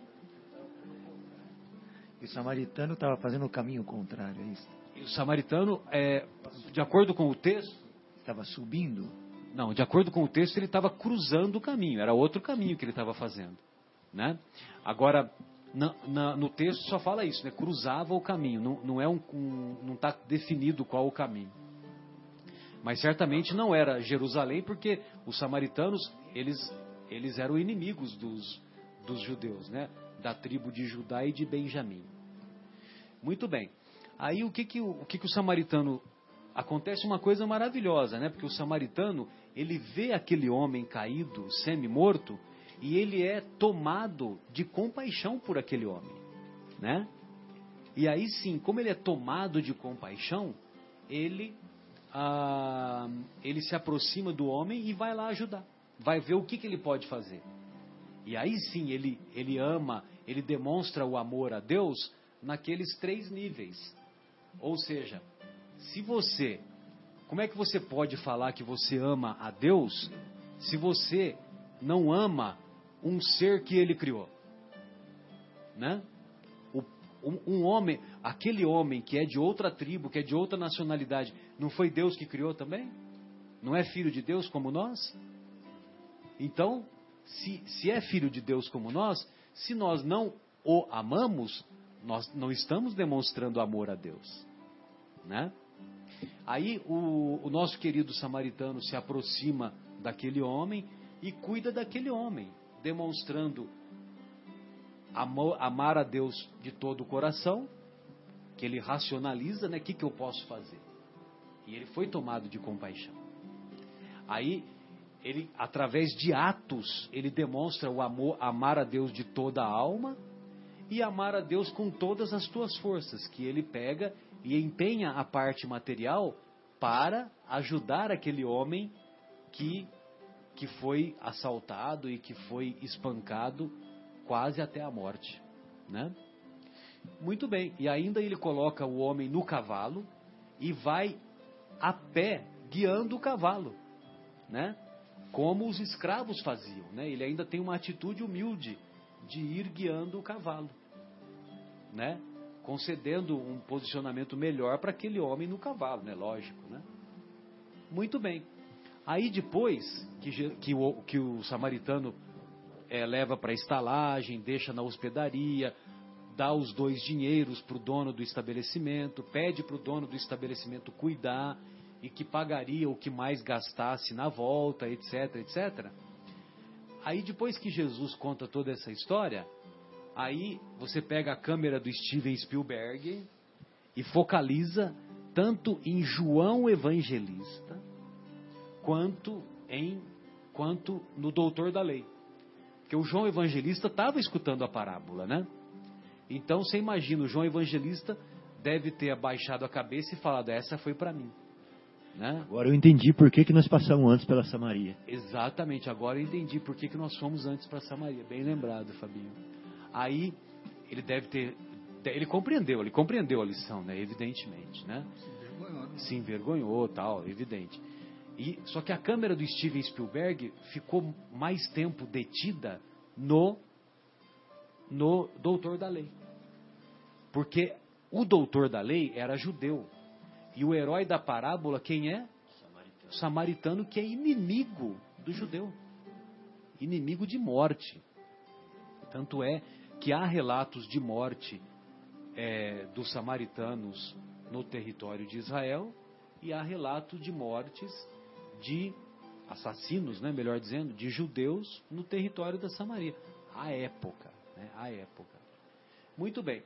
E o samaritano estava fazendo o caminho contrário, é isso? E o samaritano, é, de acordo com o texto, estava subindo. Não, de acordo com o texto, ele estava cruzando o caminho. Era outro caminho que ele estava fazendo, né? Agora, na, na, no texto só fala isso, né? Cruzava o caminho. Não, não é um, um, não está definido qual o caminho. Mas certamente não era Jerusalém, porque os samaritanos, eles, eles eram inimigos dos, dos judeus, né? Da tribo de Judá e de Benjamim. Muito bem. Aí o que que o, o, que que o samaritano... Acontece uma coisa maravilhosa, né? Porque o samaritano, ele vê aquele homem caído, semi-morto, e ele é tomado de compaixão por aquele homem, né? E aí sim, como ele é tomado de compaixão, ele, ah, ele se aproxima do homem e vai lá ajudar. Vai ver o que, que ele pode fazer. E aí sim, ele, ele ama, ele demonstra o amor a Deus naqueles três níveis. Ou seja, se você, como é que você pode falar que você ama a Deus se você não ama um ser que Ele criou, né? O, um, um homem, aquele homem que é de outra tribo, que é de outra nacionalidade, não foi Deus que criou também? Não é filho de Deus como nós? Então, se, se é filho de Deus como nós, se nós não o amamos, nós não estamos demonstrando amor a Deus, né? Aí o, o nosso querido samaritano se aproxima daquele homem e cuida daquele homem, demonstrando amor, amar a Deus de todo o coração, que ele racionaliza, né? O que, que eu posso fazer? E ele foi tomado de compaixão. Aí, ele, através de atos, ele demonstra o amor, amar a Deus de toda a alma e amar a Deus com todas as tuas forças, que ele pega e empenha a parte material para ajudar aquele homem que, que foi assaltado e que foi espancado quase até a morte, né? Muito bem, e ainda ele coloca o homem no cavalo e vai a pé guiando o cavalo, né? Como os escravos faziam, né? Ele ainda tem uma atitude humilde de ir guiando o cavalo, né? Concedendo um posicionamento melhor para aquele homem no cavalo, né? Lógico, né? Muito bem. Aí depois que, que, o, que o samaritano é, leva para a estalagem, deixa na hospedaria, dá os dois dinheiros para o dono do estabelecimento, pede para o dono do estabelecimento cuidar e que pagaria o que mais gastasse na volta, etc, etcétera. Aí depois que Jesus conta toda essa história, aí você pega a câmera do Steven Spielberg e focaliza tanto em João Evangelista quanto, em, quanto no doutor da lei. Porque o João Evangelista estava escutando a parábola, né? Então você imagina, o João Evangelista deve ter abaixado a cabeça e falado, essa foi para mim, né? Agora eu entendi por que, que nós passamos antes pela Samaria. Exatamente, agora eu entendi por que, que nós fomos antes para Samaria. Bem lembrado, Fabinho. Aí ele deve ter, ele compreendeu, ele compreendeu a lição, né? Evidentemente, né? Se envergonhou, né? Se envergonhou, tal, evidente. E só que a câmera do Steven Spielberg ficou mais tempo detida no no doutor da lei, porque o doutor da lei era judeu e o herói da parábola quem é? O samaritano, que é inimigo do judeu, inimigo de morte. Tanto é que há relatos de morte é, dos samaritanos no território de Israel e há relatos de mortes de assassinos, né, melhor dizendo, de judeus no território da Samaria. À época, né, à época. Muito bem.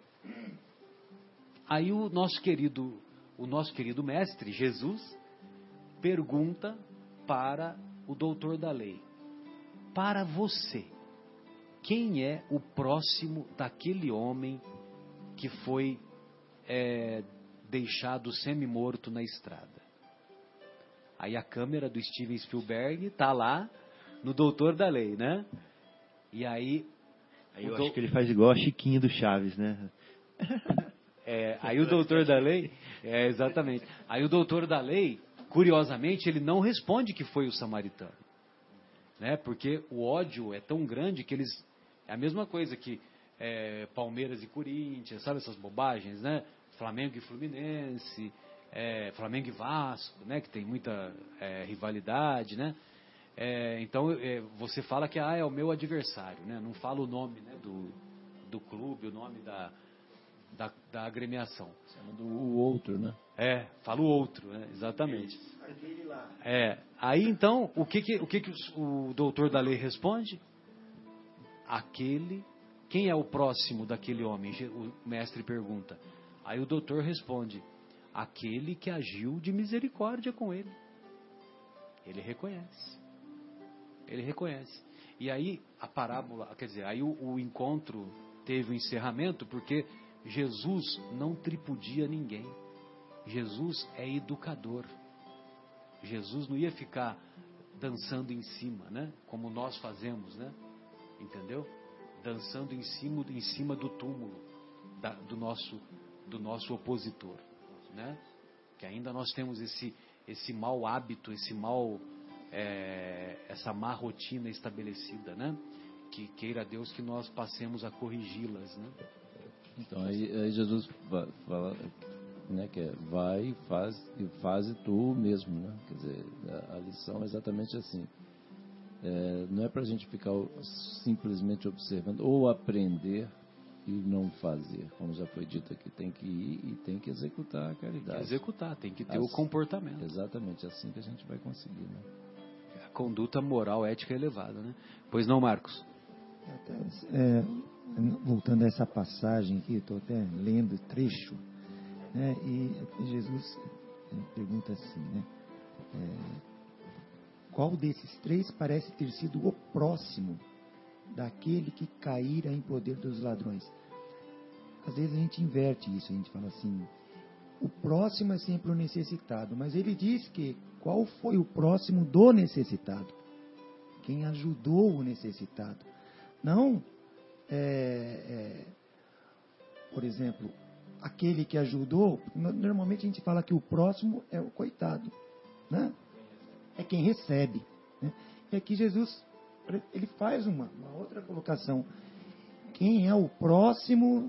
Aí o nosso querido, o nosso querido mestre, Jesus, pergunta para o doutor da lei: para você, quem é o próximo daquele homem que foi é, deixado semi-morto na estrada? Aí a câmera do Steven Spielberg está lá no doutor da lei, né? E aí... aí eu do... acho que ele faz igual a Chiquinho do Chaves, né? É, aí o doutor da lei... É, exatamente. Aí o doutor da lei, curiosamente, ele não responde que foi o samaritano, né? Porque o ódio é tão grande que eles... É a mesma coisa que é, Palmeiras e Corinthians, sabe essas bobagens, né? Flamengo e Fluminense, é, Flamengo e Vasco, né? Que tem muita é, rivalidade, né? É, então é, você fala que ah, é o meu adversário, né? Não fala o nome, né, do, do clube, o nome da, da, da agremiação. Chama do o outro, né? É, fala o outro, né? Exatamente. É, aí então, o que que, o, que que o, o doutor da lei responde? Aquele, quem é o próximo daquele homem? O mestre pergunta. Aí o doutor responde, aquele que agiu de misericórdia com ele. Ele reconhece. Ele reconhece. E aí a parábola, quer dizer, aí o, o encontro teve o encerramento porque Jesus não tripudia ninguém. Jesus é educador. Jesus não ia ficar dançando em cima, né? Como nós fazemos, né? Entendeu? Dançando em cima, em cima do túmulo da, do, nosso, do nosso opositor, né? Que ainda nós temos esse, esse mau hábito, esse mau, é, essa má rotina estabelecida, né? Que queira Deus que nós passemos a corrigi-las, né? Então aí, aí Jesus fala, né, que é vai e faz e faze tu mesmo, né? Quer dizer, a, a lição é exatamente assim. É, não é para a gente ficar simplesmente observando ou aprender e não fazer, como já foi dito aqui, tem que ir e tem que executar a caridade. Tem que executar, tem que ter assim, o comportamento. Exatamente, assim que a gente vai conseguir, né? A conduta moral, ética elevada, né? Pois não, Marcos? Até, é, voltando a essa passagem aqui, estou até lendo o trecho, né? E Jesus pergunta assim, né? É, qual desses três parece ter sido o próximo daquele que caíra em poder dos ladrões? Às vezes a gente inverte isso, a gente fala assim, o próximo é sempre o necessitado, mas ele diz que qual foi o próximo do necessitado? Quem ajudou o necessitado? Não, é, é, por exemplo, aquele que ajudou, normalmente a gente fala que o próximo é o coitado, né? É quem recebe, né? E aqui Jesus, ele faz uma, uma outra colocação. Quem é o próximo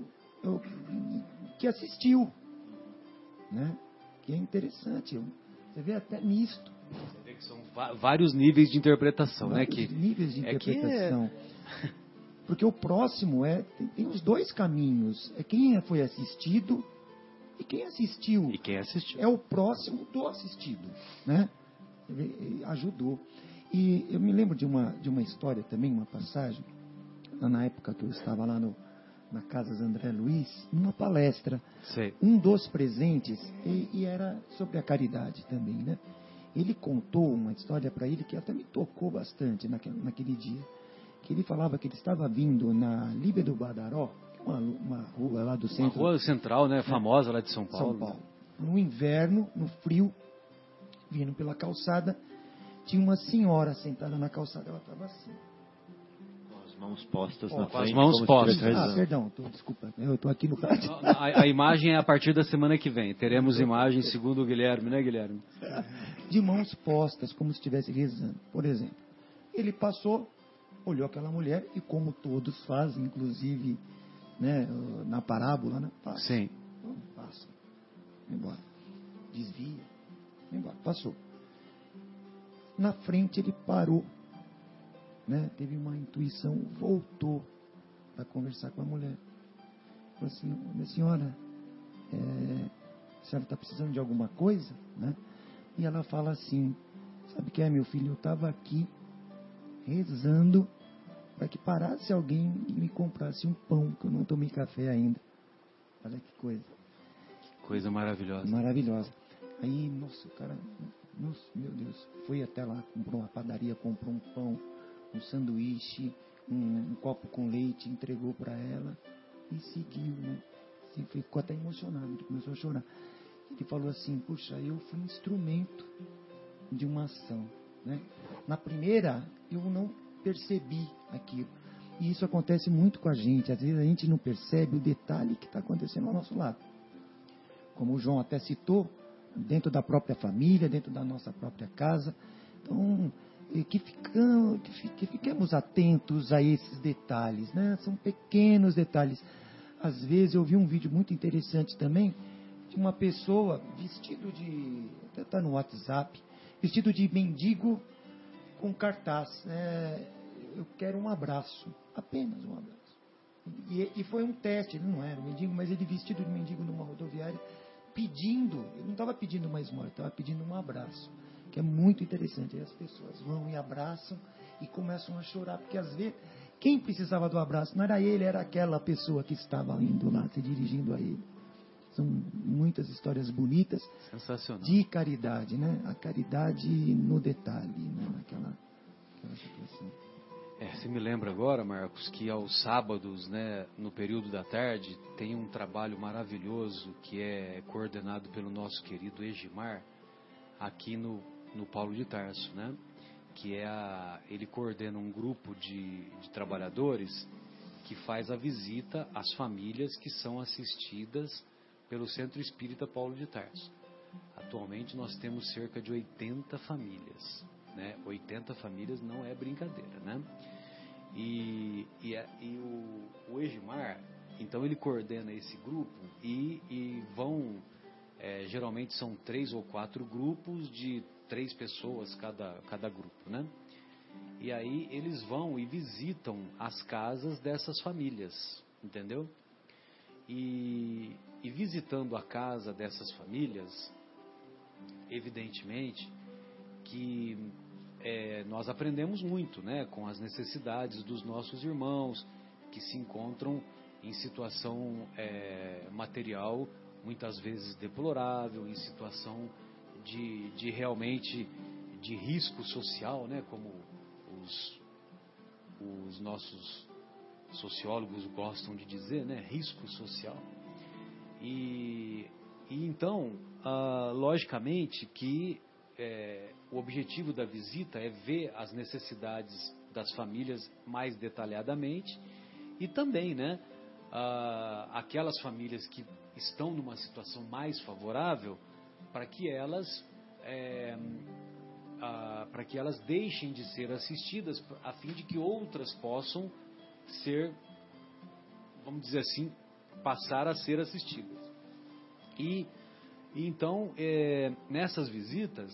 que assistiu, né? Que é interessante. Você vê até nisto. Você vê que são vários níveis de interpretação, vários né? Que, níveis de interpretação. É que é... Porque o próximo é tem, tem os dois caminhos. É quem foi assistido e quem assistiu. E quem assistiu. É o próximo do assistido, né? Ele ajudou. E eu me lembro de uma, de uma história também, uma passagem, na época que eu estava lá no, na Casa André Luiz, numa palestra. Sei. Um dos presentes, e, e era sobre a caridade também, né? Ele contou uma história para ele que até me tocou bastante naquele, naquele dia. Que ele falava que ele estava vindo na Líbia do Badaró, uma, uma rua lá do centro. Uma rua central, né? Famosa lá de São Paulo. São Paulo. No inverno, no frio, vindo pela calçada, tinha uma senhora sentada na calçada, ela estava assim. Com as mãos postas Ó, na com frente. as mãos como se postas. estivesse Ah, rezando. perdão, tô, desculpa, eu estou aqui no rádio. A, a imagem é a partir da semana que vem. Teremos imagens segundo o Guilherme, né, Guilherme? De mãos postas, como se estivesse rezando. Por exemplo, ele passou, olhou aquela mulher e como todos fazem, inclusive, né, na parábola, né? Passa. Sim. Passa. Vai embora. Desvia. Vai embora. Passou. Na frente ele parou, né? Teve uma intuição, voltou para conversar com a mulher. Falou assim, minha senhora, é, a senhora está precisando de alguma coisa? Né? E ela fala assim, sabe o que é, meu filho? Eu estava aqui rezando para que parasse alguém e me comprasse um pão, que eu não tomei café ainda. Olha que coisa. Coisa maravilhosa. Maravilhosa. Aí, nossa, o cara, nossa, meu Deus, foi até lá, comprou uma padaria, comprou um pão, um sanduíche, um, um copo com leite, entregou para ela e seguiu, né? Assim, ficou até emocionado, ele começou a chorar. Ele falou assim, puxa, eu fui instrumento de uma ação, né? Na primeira, eu não percebi aquilo. E isso acontece muito com a gente. Às vezes a gente não percebe o detalhe que está acontecendo ao nosso lado. Como o João até citou, dentro da própria família, dentro da nossa própria casa. Então, que, ficam, que fiquemos atentos a esses detalhes, né? São pequenos detalhes. Às vezes eu vi um vídeo muito interessante também, de uma pessoa vestido de, até está no WhatsApp, vestido de mendigo com cartaz, é, eu quero um abraço, apenas um abraço. E, e foi um teste, ele não era um mendigo, mas ele vestido de mendigo numa rodoviária, pedindo, ele não estava pedindo uma esmola, estava pedindo um abraço, que é muito interessante. Aí as pessoas vão e abraçam e começam a chorar, porque às vezes quem precisava do abraço não era ele, era aquela pessoa que estava indo lá, se dirigindo a ele. São muitas histórias bonitas. Sensacional. De caridade, né? A caridade no detalhe, né? Naquela, naquela situação. É, você me lembra agora, Marcos, que aos sábados, né, no período da tarde, tem um trabalho maravilhoso que é coordenado pelo nosso querido Egimar, aqui no, no Paulo de Tarso, né? Que é a, ele coordena um grupo de, de trabalhadores que faz a visita às famílias que são assistidas pelo Centro Espírita Paulo de Tarso. Atualmente nós temos cerca de oitenta famílias, né? oitenta famílias não é brincadeira, né? E, e, e o, o Egimar, então ele coordena esse grupo e, e vão, é, geralmente são três ou quatro grupos de três pessoas cada, cada grupo, né? E aí eles vão e visitam as casas dessas famílias, entendeu? E, e visitando a casa dessas famílias, evidentemente que é, nós aprendemos muito, né, com as necessidades dos nossos irmãos que se encontram em situação é, material muitas vezes deplorável, em situação de, de realmente de risco social, né, como os, os nossos sociólogos gostam de dizer, né, risco social. E, e então, ah, logicamente que é, o objetivo da visita é ver as necessidades das famílias mais detalhadamente e também, né, ah, aquelas famílias que estão numa situação mais favorável para que elas é, ah, para que elas deixem de ser assistidas a fim de que outras possam ser, vamos dizer assim, passar a ser assistidas. E, e então, é, nessas visitas,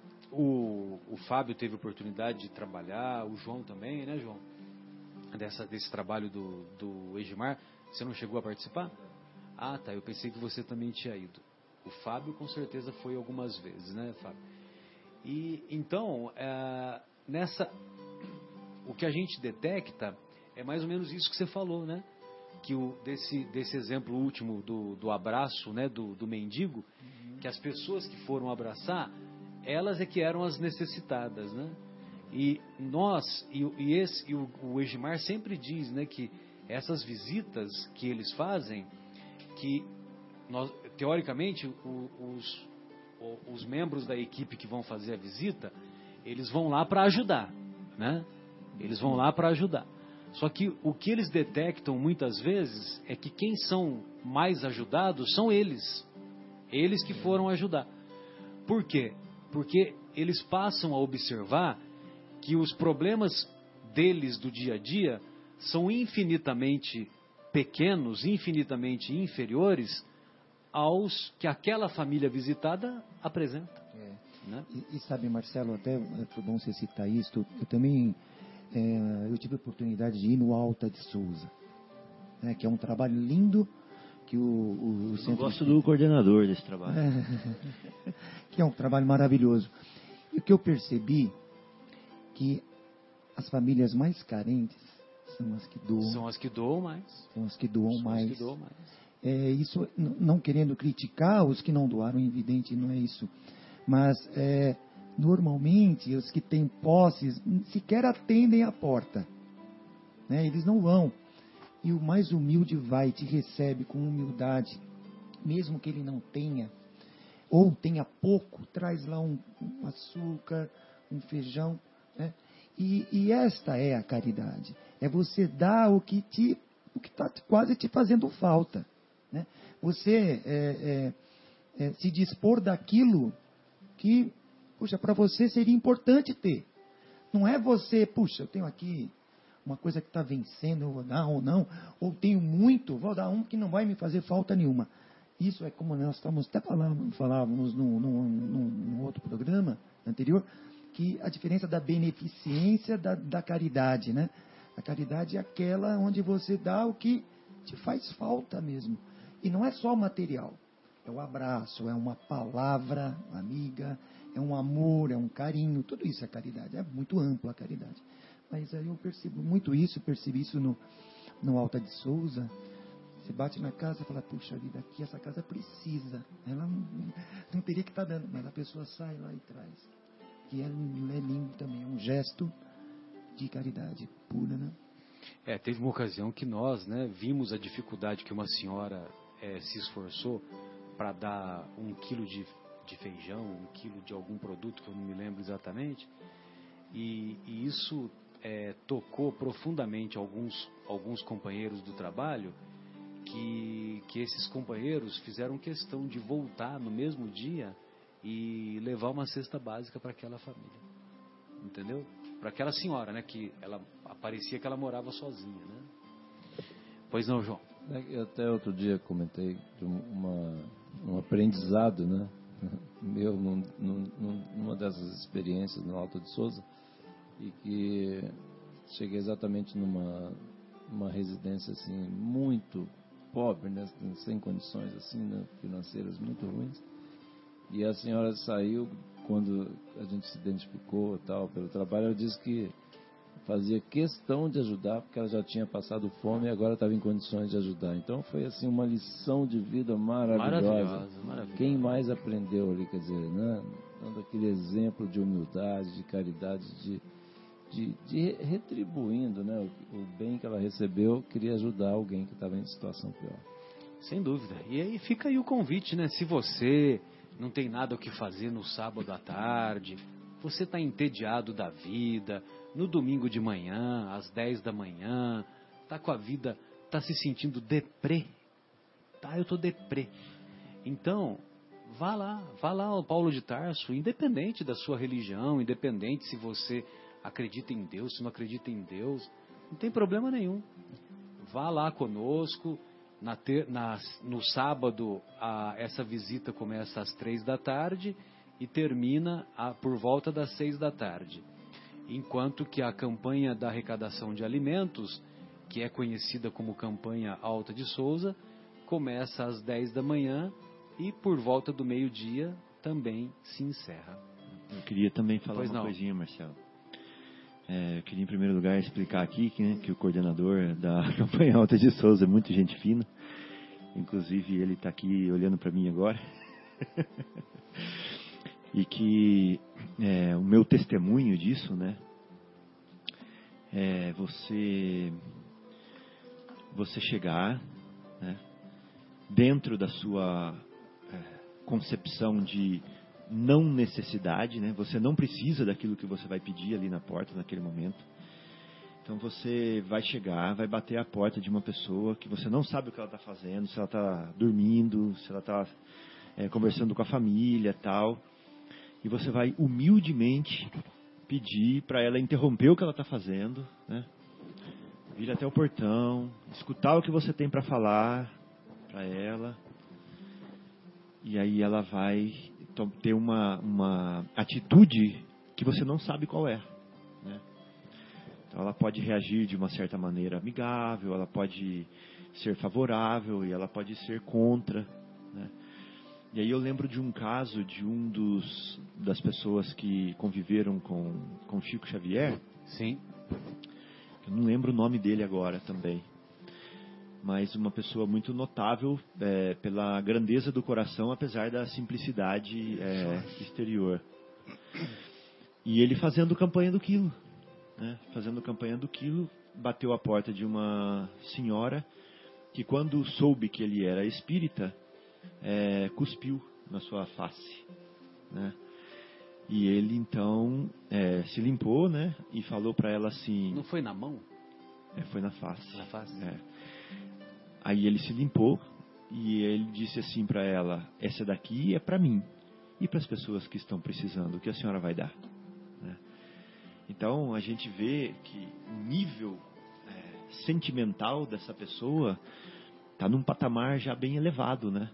o, o Fábio teve oportunidade de trabalhar, o João também, né, João? Dessa, desse trabalho do, do Egimar. Você não chegou a participar? Ah, tá, eu pensei que você também tinha ido. O Fábio com certeza foi algumas vezes, né, Fábio? E então, é, nessa, o que a gente detecta é mais ou menos isso que você falou, né? Que o, desse, desse exemplo último do, do abraço, né, do, do mendigo, uhum. Que as pessoas que foram abraçar, elas é que eram as necessitadas, né? E nós, e, e, esse, e o, o Egimar sempre diz, né, que essas visitas que eles fazem, que nós, teoricamente o, os, os membros da equipe que vão fazer a visita, eles vão lá para ajudar, né? Eles vão lá para ajudar. Só que o que eles detectam muitas vezes é que quem são mais ajudados são eles. Eles que foram ajudar. Por quê? Porque eles passam a observar que os problemas deles do dia a dia são infinitamente pequenos, infinitamente inferiores aos que aquela família visitada apresenta. É. Né? E, e sabe, Marcelo, até foi bom você citar isso, eu também... É, eu tive a oportunidade de ir no Alta de Souza, né, que é um trabalho lindo que o, o, o centro... Eu gosto do coordenador desse trabalho. É, que é um trabalho maravilhoso. E o que eu percebi que as famílias mais carentes são as que doam. São as que doam mais. São as que doam são mais. As que doam mais. É, isso, não querendo criticar os que não doaram, evidente, não é isso. Mas... É, normalmente, os que têm posses sequer atendem a porta, né? Eles não vão. E o mais humilde vai, te recebe com humildade, mesmo que ele não tenha, ou tenha pouco, traz lá um, um açúcar, um feijão, né? E, e esta é a caridade. É você dar o que te, o que está quase te fazendo falta, né? Você é, é, é, se dispor daquilo que, puxa, para você seria importante ter. Não é você, puxa, eu tenho aqui uma coisa que está vencendo, eu vou dar ou não, ou tenho muito, vou dar um que não vai me fazer falta nenhuma. Isso é como nós estamos até falando, falávamos num, num, num, num outro programa anterior, que a diferença da beneficência da, da caridade, né? A caridade é aquela onde você dá o que te faz falta mesmo. E não é só o material. É o abraço, é uma palavra amiga, é um amor, é um carinho. Tudo isso é caridade. É muito ampla a caridade. Mas aí eu percebo muito isso, percebi isso no, no Alta de Souza. Você bate na casa e fala, puxa vida, aqui essa casa precisa. Ela não, não teria que estar dando, mas a pessoa sai lá e traz. Que é, é lindo também, é um gesto de caridade pura, né? É, teve uma ocasião que nós, né, vimos a dificuldade que uma senhora é, se esforçou para dar um quilo de, de feijão, um quilo de algum produto, que eu não me lembro exatamente, e, e isso é, tocou profundamente alguns, alguns companheiros do trabalho, que, que esses companheiros fizeram questão de voltar no mesmo dia e levar uma cesta básica para aquela família, entendeu? Para aquela senhora, né, que ela parecia que ela morava sozinha, né? Pois não, João? Até outro dia comentei de uma, um aprendizado, né, meu num, num, numa dessas experiências no Alto de Souza, e que cheguei exatamente numa uma residência assim muito pobre, né, sem condições assim, né, financeiras muito ruins. E a senhora saiu, quando a gente se identificou tal, pelo trabalho, ela disse que fazia questão de ajudar, porque ela já tinha passado fome e agora estava em condições de ajudar. Então foi assim uma lição de vida maravilhosa. Maravilhosa, maravilhosa. Quem mais aprendeu ali, quer dizer, né, dando aquele exemplo de humildade, de caridade, de, de, de retribuindo, né, o, o bem que ela recebeu, queria ajudar alguém que estava em situação pior. Sem dúvida. E aí fica aí o convite, né? Se você não tem nada o que fazer no sábado à tarde, você está entediado da vida, no domingo de manhã, às dez da manhã, está com a vida, está se sentindo deprê, tá? Eu estou deprê. Então, vá lá, vá lá ao Paulo de Tarso, independente da sua religião, independente se você acredita em Deus, se não acredita em Deus, não tem problema nenhum. Vá lá conosco. Na ter, na, no sábado, a, essa visita começa às três da tarde e termina a, por volta das seis da tarde. Enquanto que a campanha da arrecadação de alimentos, que é conhecida como campanha Alta de Souza, começa às dez da manhã e por volta do meio-dia também se encerra. Eu queria também falar pois uma não. coisinha, Marcelo. É, eu queria, em primeiro lugar, explicar aqui que, né, que o coordenador da campanha Alta de Souza é muito gente fina. Inclusive, ele está aqui olhando para mim agora. E que é, o meu testemunho disso, né, é você, você chegar, né, dentro da sua é, concepção de não necessidade, né? Você não precisa daquilo que você vai pedir ali na porta naquele momento. Então você vai chegar, vai bater a porta de uma pessoa que você não sabe o que ela está fazendo, se ela está dormindo, se ela está é, conversando com a família, tal. E você vai humildemente pedir para ela interromper o que ela está fazendo, né? Vir até o portão, escutar o que você tem para falar para ela. E aí ela vai ter uma, uma atitude que você não sabe qual é, né? Então ela pode reagir de uma certa maneira amigável, ela pode ser favorável e ela pode ser contra, né? E aí eu lembro de um caso de um dos das pessoas que conviveram com com Chico Xavier. Sim. Eu não lembro o nome dele agora também. Mas uma pessoa muito notável é, pela grandeza do coração, apesar da simplicidade é, exterior. E ele fazendo campanha do quilo, né? Fazendo campanha do quilo, bateu a porta de uma senhora que, quando soube que ele era espírita, é, cuspiu na sua face, né? E ele então é, se limpou, né? E falou para ela assim... Não foi na mão? É, foi na face. Na face? É. Aí ele se limpou e ele disse assim para ela: essa daqui é para mim e para as pessoas que estão precisando, o que a senhora vai dar, né? Então a gente vê que o nível é, sentimental dessa pessoa está num patamar já bem elevado, né?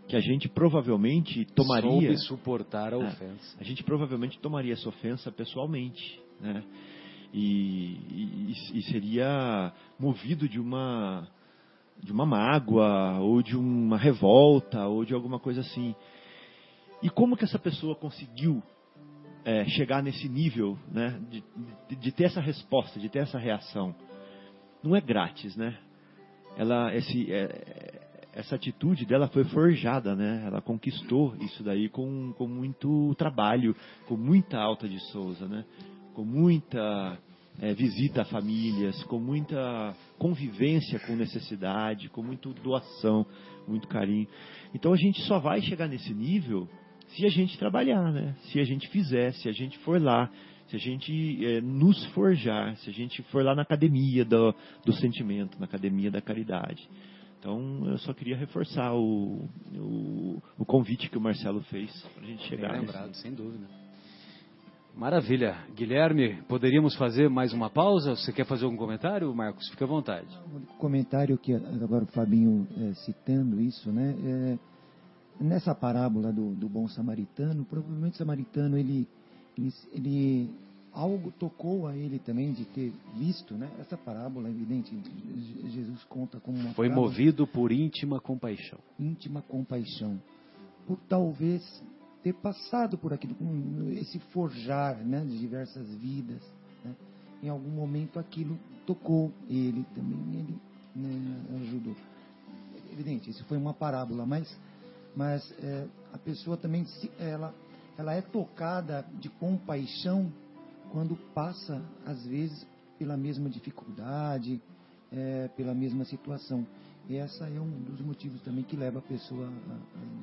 que a gente provavelmente tomaria... Soube suportar a é, ofensa. A gente provavelmente tomaria essa ofensa pessoalmente, né? E, e, e seria movido de uma, de uma mágoa, ou de uma revolta, ou de alguma coisa assim. E como que essa pessoa conseguiu é, chegar nesse nível, né? De, de, de ter essa resposta, de ter essa reação? Não é grátis, né? Ela, esse... É, essa atitude dela foi forjada, né? Ela conquistou isso daí com, com muito trabalho, com muita Alta de Souza, né? Com muita é, visita a famílias, com muita convivência com necessidade, com muita doação, muito carinho. Então a gente só vai chegar nesse nível se a gente trabalhar, né? Se a gente fizer, se a gente for lá, se a gente é, nos forjar, se a gente for lá na academia do, do sentimento, na academia da caridade. Então, eu só queria reforçar o, o, o convite que o Marcelo fez para a gente chegar. Bem lembrado, nesse... sem dúvida. Maravilha. Guilherme, poderíamos fazer mais uma pausa? Você quer fazer algum comentário, Marcos? Fica à vontade. O comentário que agora o Fabinho é, citando isso, né? É, nessa parábola do, do bom samaritano, provavelmente o samaritano, ele, ele, ele algo tocou a ele também de ter visto, né? Essa parábola, evidente, Jesus conta como uma Foi parábola, movido por íntima compaixão. íntima compaixão, por talvez ter passado por aquilo, esse forjar, né, de diversas vidas, né? Em algum momento aquilo tocou ele também, ele, né, ajudou. Evidente, isso foi uma parábola, mas, mas é, a pessoa também, ela, ela é tocada de compaixão quando passa, às vezes, pela mesma dificuldade, é, pela mesma situação. E essa é um dos motivos também que leva a pessoa a,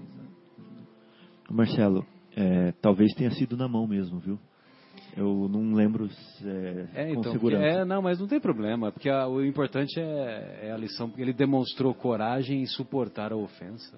a... Marcelo, é, talvez tenha sido na mão mesmo, viu? Eu não lembro é, É, com então, segurança. É, não, mas não tem problema, porque a, o importante é, é a lição, porque ele demonstrou coragem em suportar a ofensa.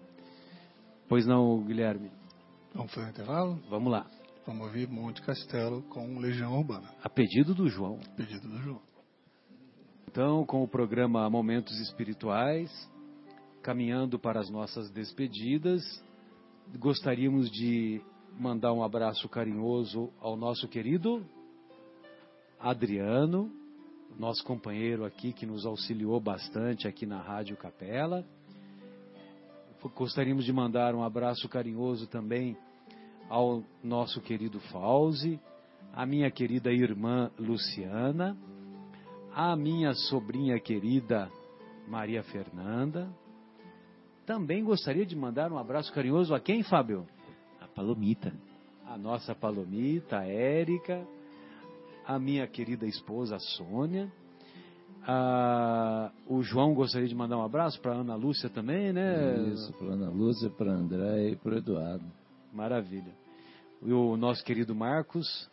Pois não, Guilherme? Vamos fazer um intervalo? Vamos lá. Vamos ouvir Monte Castelo com Legião Urbana. A pedido do João. Pedido do João. Então, com o programa Momentos Espirituais, caminhando para as nossas despedidas, gostaríamos de mandar um abraço carinhoso ao nosso querido Adriano, nosso companheiro aqui que nos auxiliou bastante aqui na Rádio Capela. Gostaríamos de mandar um abraço carinhoso também ao nosso querido Fauzi, a minha querida irmã Luciana, a minha sobrinha querida Maria Fernanda. Também gostaria de mandar um abraço carinhoso a quem, Fábio? A Palomita. A nossa Palomita, a Érica, a minha querida esposa, a Sônia. A... O João gostaria de mandar um abraço para a Ana Lúcia também, né? Isso, para a Ana Lúcia, para a André e para o Eduardo. Maravilha. E o nosso querido Marcos.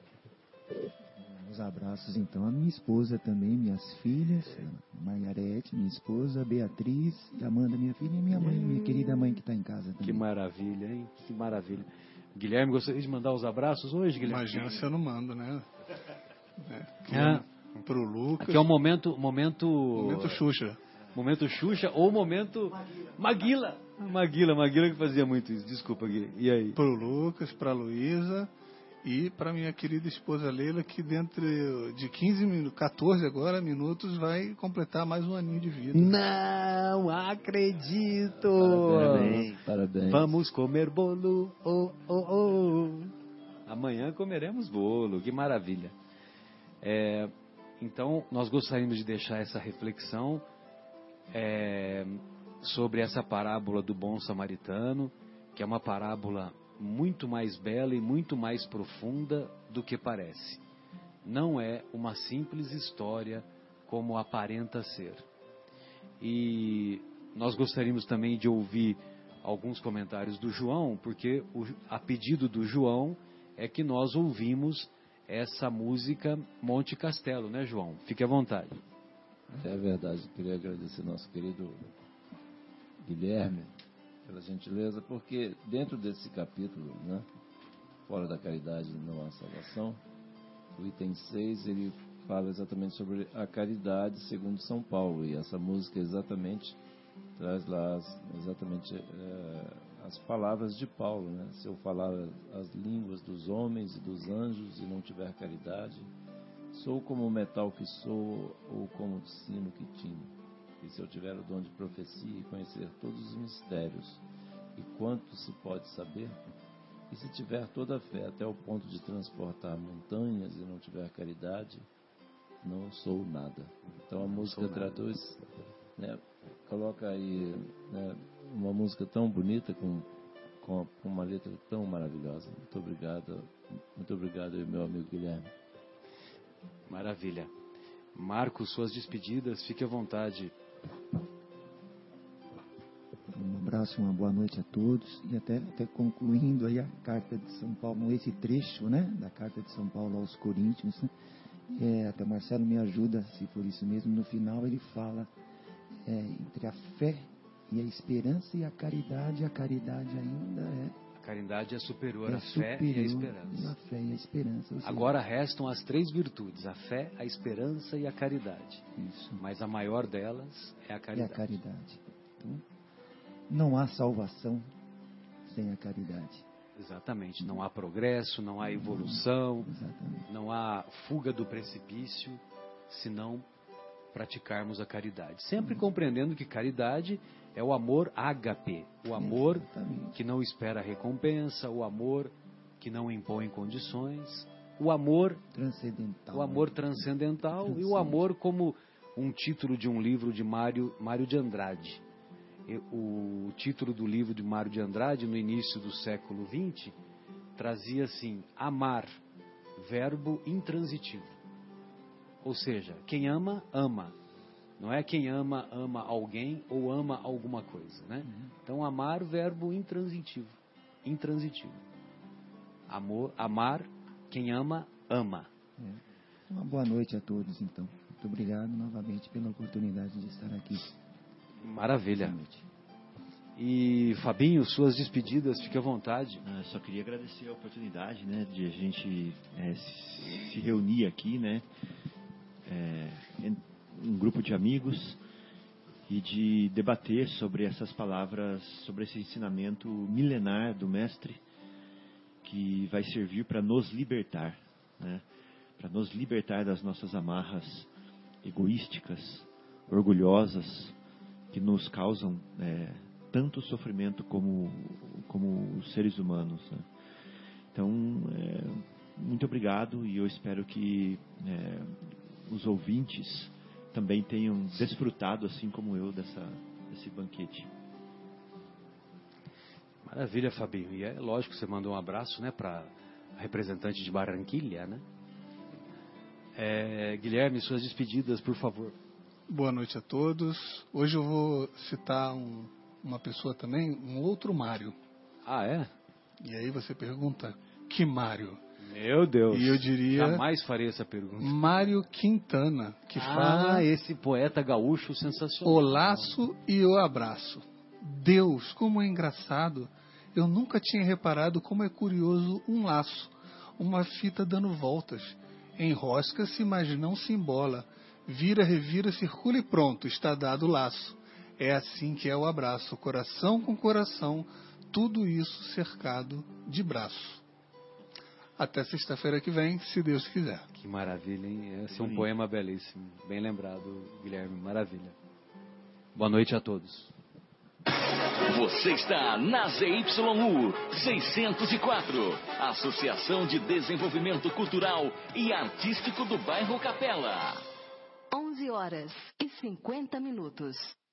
Os abraços, então, a minha esposa também, minhas filhas, a Margarete, minha esposa, a Beatriz, a Amanda, minha filha, e minha mãe, minha querida mãe que está em casa também. Que maravilha, hein? Que maravilha. Guilherme, gostaria de mandar os abraços hoje, Guilherme? Imagina se eu não mando, né? É, Ah, pro Lucas. aqui é o momento... Momento, Momento Xuxa. Momento Xuxa ou momento Maguila. Maguila, Maguila que fazia muito isso. Desculpa, Gui. E aí? Pro Lucas, pra Luísa e pra minha querida esposa Leila, que dentro de quinze minutos, quatorze agora minutos, vai completar mais um aninho de vida. Não acredito! Parabéns, parabéns. Vamos comer bolo, oh, oh, oh. Amanhã comeremos bolo, que maravilha. É, então, nós gostaríamos de deixar essa reflexão é, sobre essa parábola do bom samaritano, que é uma parábola muito mais bela e muito mais profunda do que parece. Não é uma simples história como aparenta ser. E nós gostaríamos também de ouvir alguns comentários do João, porque o, a pedido do João é que nós ouvimos essa música Monte Castelo, né, João? Fique à vontade. É verdade, eu queria agradecer nosso querido Guilherme pela gentileza, porque dentro desse capítulo, né, Fora da Caridade não há salvação, o item seis, ele fala exatamente sobre a caridade segundo São Paulo, e essa música exatamente traz lá as, exatamente é, as palavras de Paulo, né? Se eu falar as línguas dos homens e dos anjos e não tiver caridade, sou como o metal que sou ou como o sino que tino. E se eu tiver o dom de profecia e conhecer todos os mistérios e quanto se pode saber, e se tiver toda a fé até o ponto de transportar montanhas e não tiver caridade, não sou nada. Então a música traduz, né, coloca aí, né, uma música tão bonita com, com uma letra tão maravilhosa. Muito obrigado, muito obrigado, meu amigo Guilherme. Maravilha. Marcos, suas despedidas, fique à vontade. Um abraço, uma boa noite a todos. E até, até concluindo aí a carta de São Paulo, esse trecho, né, da carta de São Paulo aos Coríntios, né, é, até o Marcelo me ajuda, se for isso mesmo, no final ele fala é, entre a fé e a esperança e a caridade. A caridade ainda é... A caridade é superior é à fé e à esperança. A fé e a esperança. Seja, agora restam as três virtudes, a fé, a esperança e a caridade. Isso. Mas a maior delas é a caridade. É a caridade. Então, não há salvação sem a caridade. Exatamente. Não há progresso, não há evolução, Exatamente. Não há fuga do precipício, se não praticarmos a caridade. Sempre Isso. compreendendo que caridade é o amor ágape, o amor Exatamente. que não espera recompensa, o amor que não impõe condições, o amor transcendental, o amor transcendental e o amor como um título de um livro de Mário, Mário de Andrade. O título do livro de Mário de Andrade, no início do século vinte, trazia assim: amar, verbo intransitivo. Ou seja, quem ama, ama. Não é quem ama, ama alguém ou ama alguma coisa, né? Uhum. Então, amar, verbo intransitivo. Intransitivo. Amor, amar, quem ama, ama. É. Uma boa noite a todos, então. Muito obrigado novamente pela oportunidade de estar aqui. Maravilha. E Fabinho, suas despedidas, fique à vontade. Ah, só queria agradecer a oportunidade, né, de a gente é, se, se reunir aqui, né, é, um grupo de amigos e de debater sobre essas palavras, sobre esse ensinamento milenar do Mestre, que vai servir para nos libertar, né, para nos libertar das nossas amarras egoísticas, orgulhosas, que nos causam é, tanto sofrimento como, como os seres humanos, né? Então, é, muito obrigado, e eu espero que é, os ouvintes também tenham desfrutado, assim como eu, dessa, desse banquete. Maravilha, Fabinho. E é lógico que você mandou um abraço, né, para a representante de Barranquilha, né? É, Guilherme, suas despedidas, por favor. Boa noite a todos. Hoje eu vou citar um, uma pessoa também, um outro Mário. Ah, é? E aí você pergunta, que Mário? Meu Deus. E eu diria... Jamais farei essa pergunta. Mário Quintana, que ah, fala... esse poeta gaúcho sensacional. O laço e o abraço. Deus, como é engraçado. Eu nunca tinha reparado como é curioso um laço. Uma fita dando voltas. Enrosca-se, mas não se embola. Vira, revira, circula e pronto, está dado o laço. É assim que é o abraço, coração com coração, tudo isso cercado de braço. Até sexta-feira que vem, se Deus quiser. Que maravilha, hein? Esse é um poema belíssimo. Bem lembrado, Guilherme, maravilha. Boa noite a todos. Você está na Z Y U seiscentos e quatro, Associação de Desenvolvimento Cultural e Artístico do Bairro Capela. onze horas e cinquenta minutos.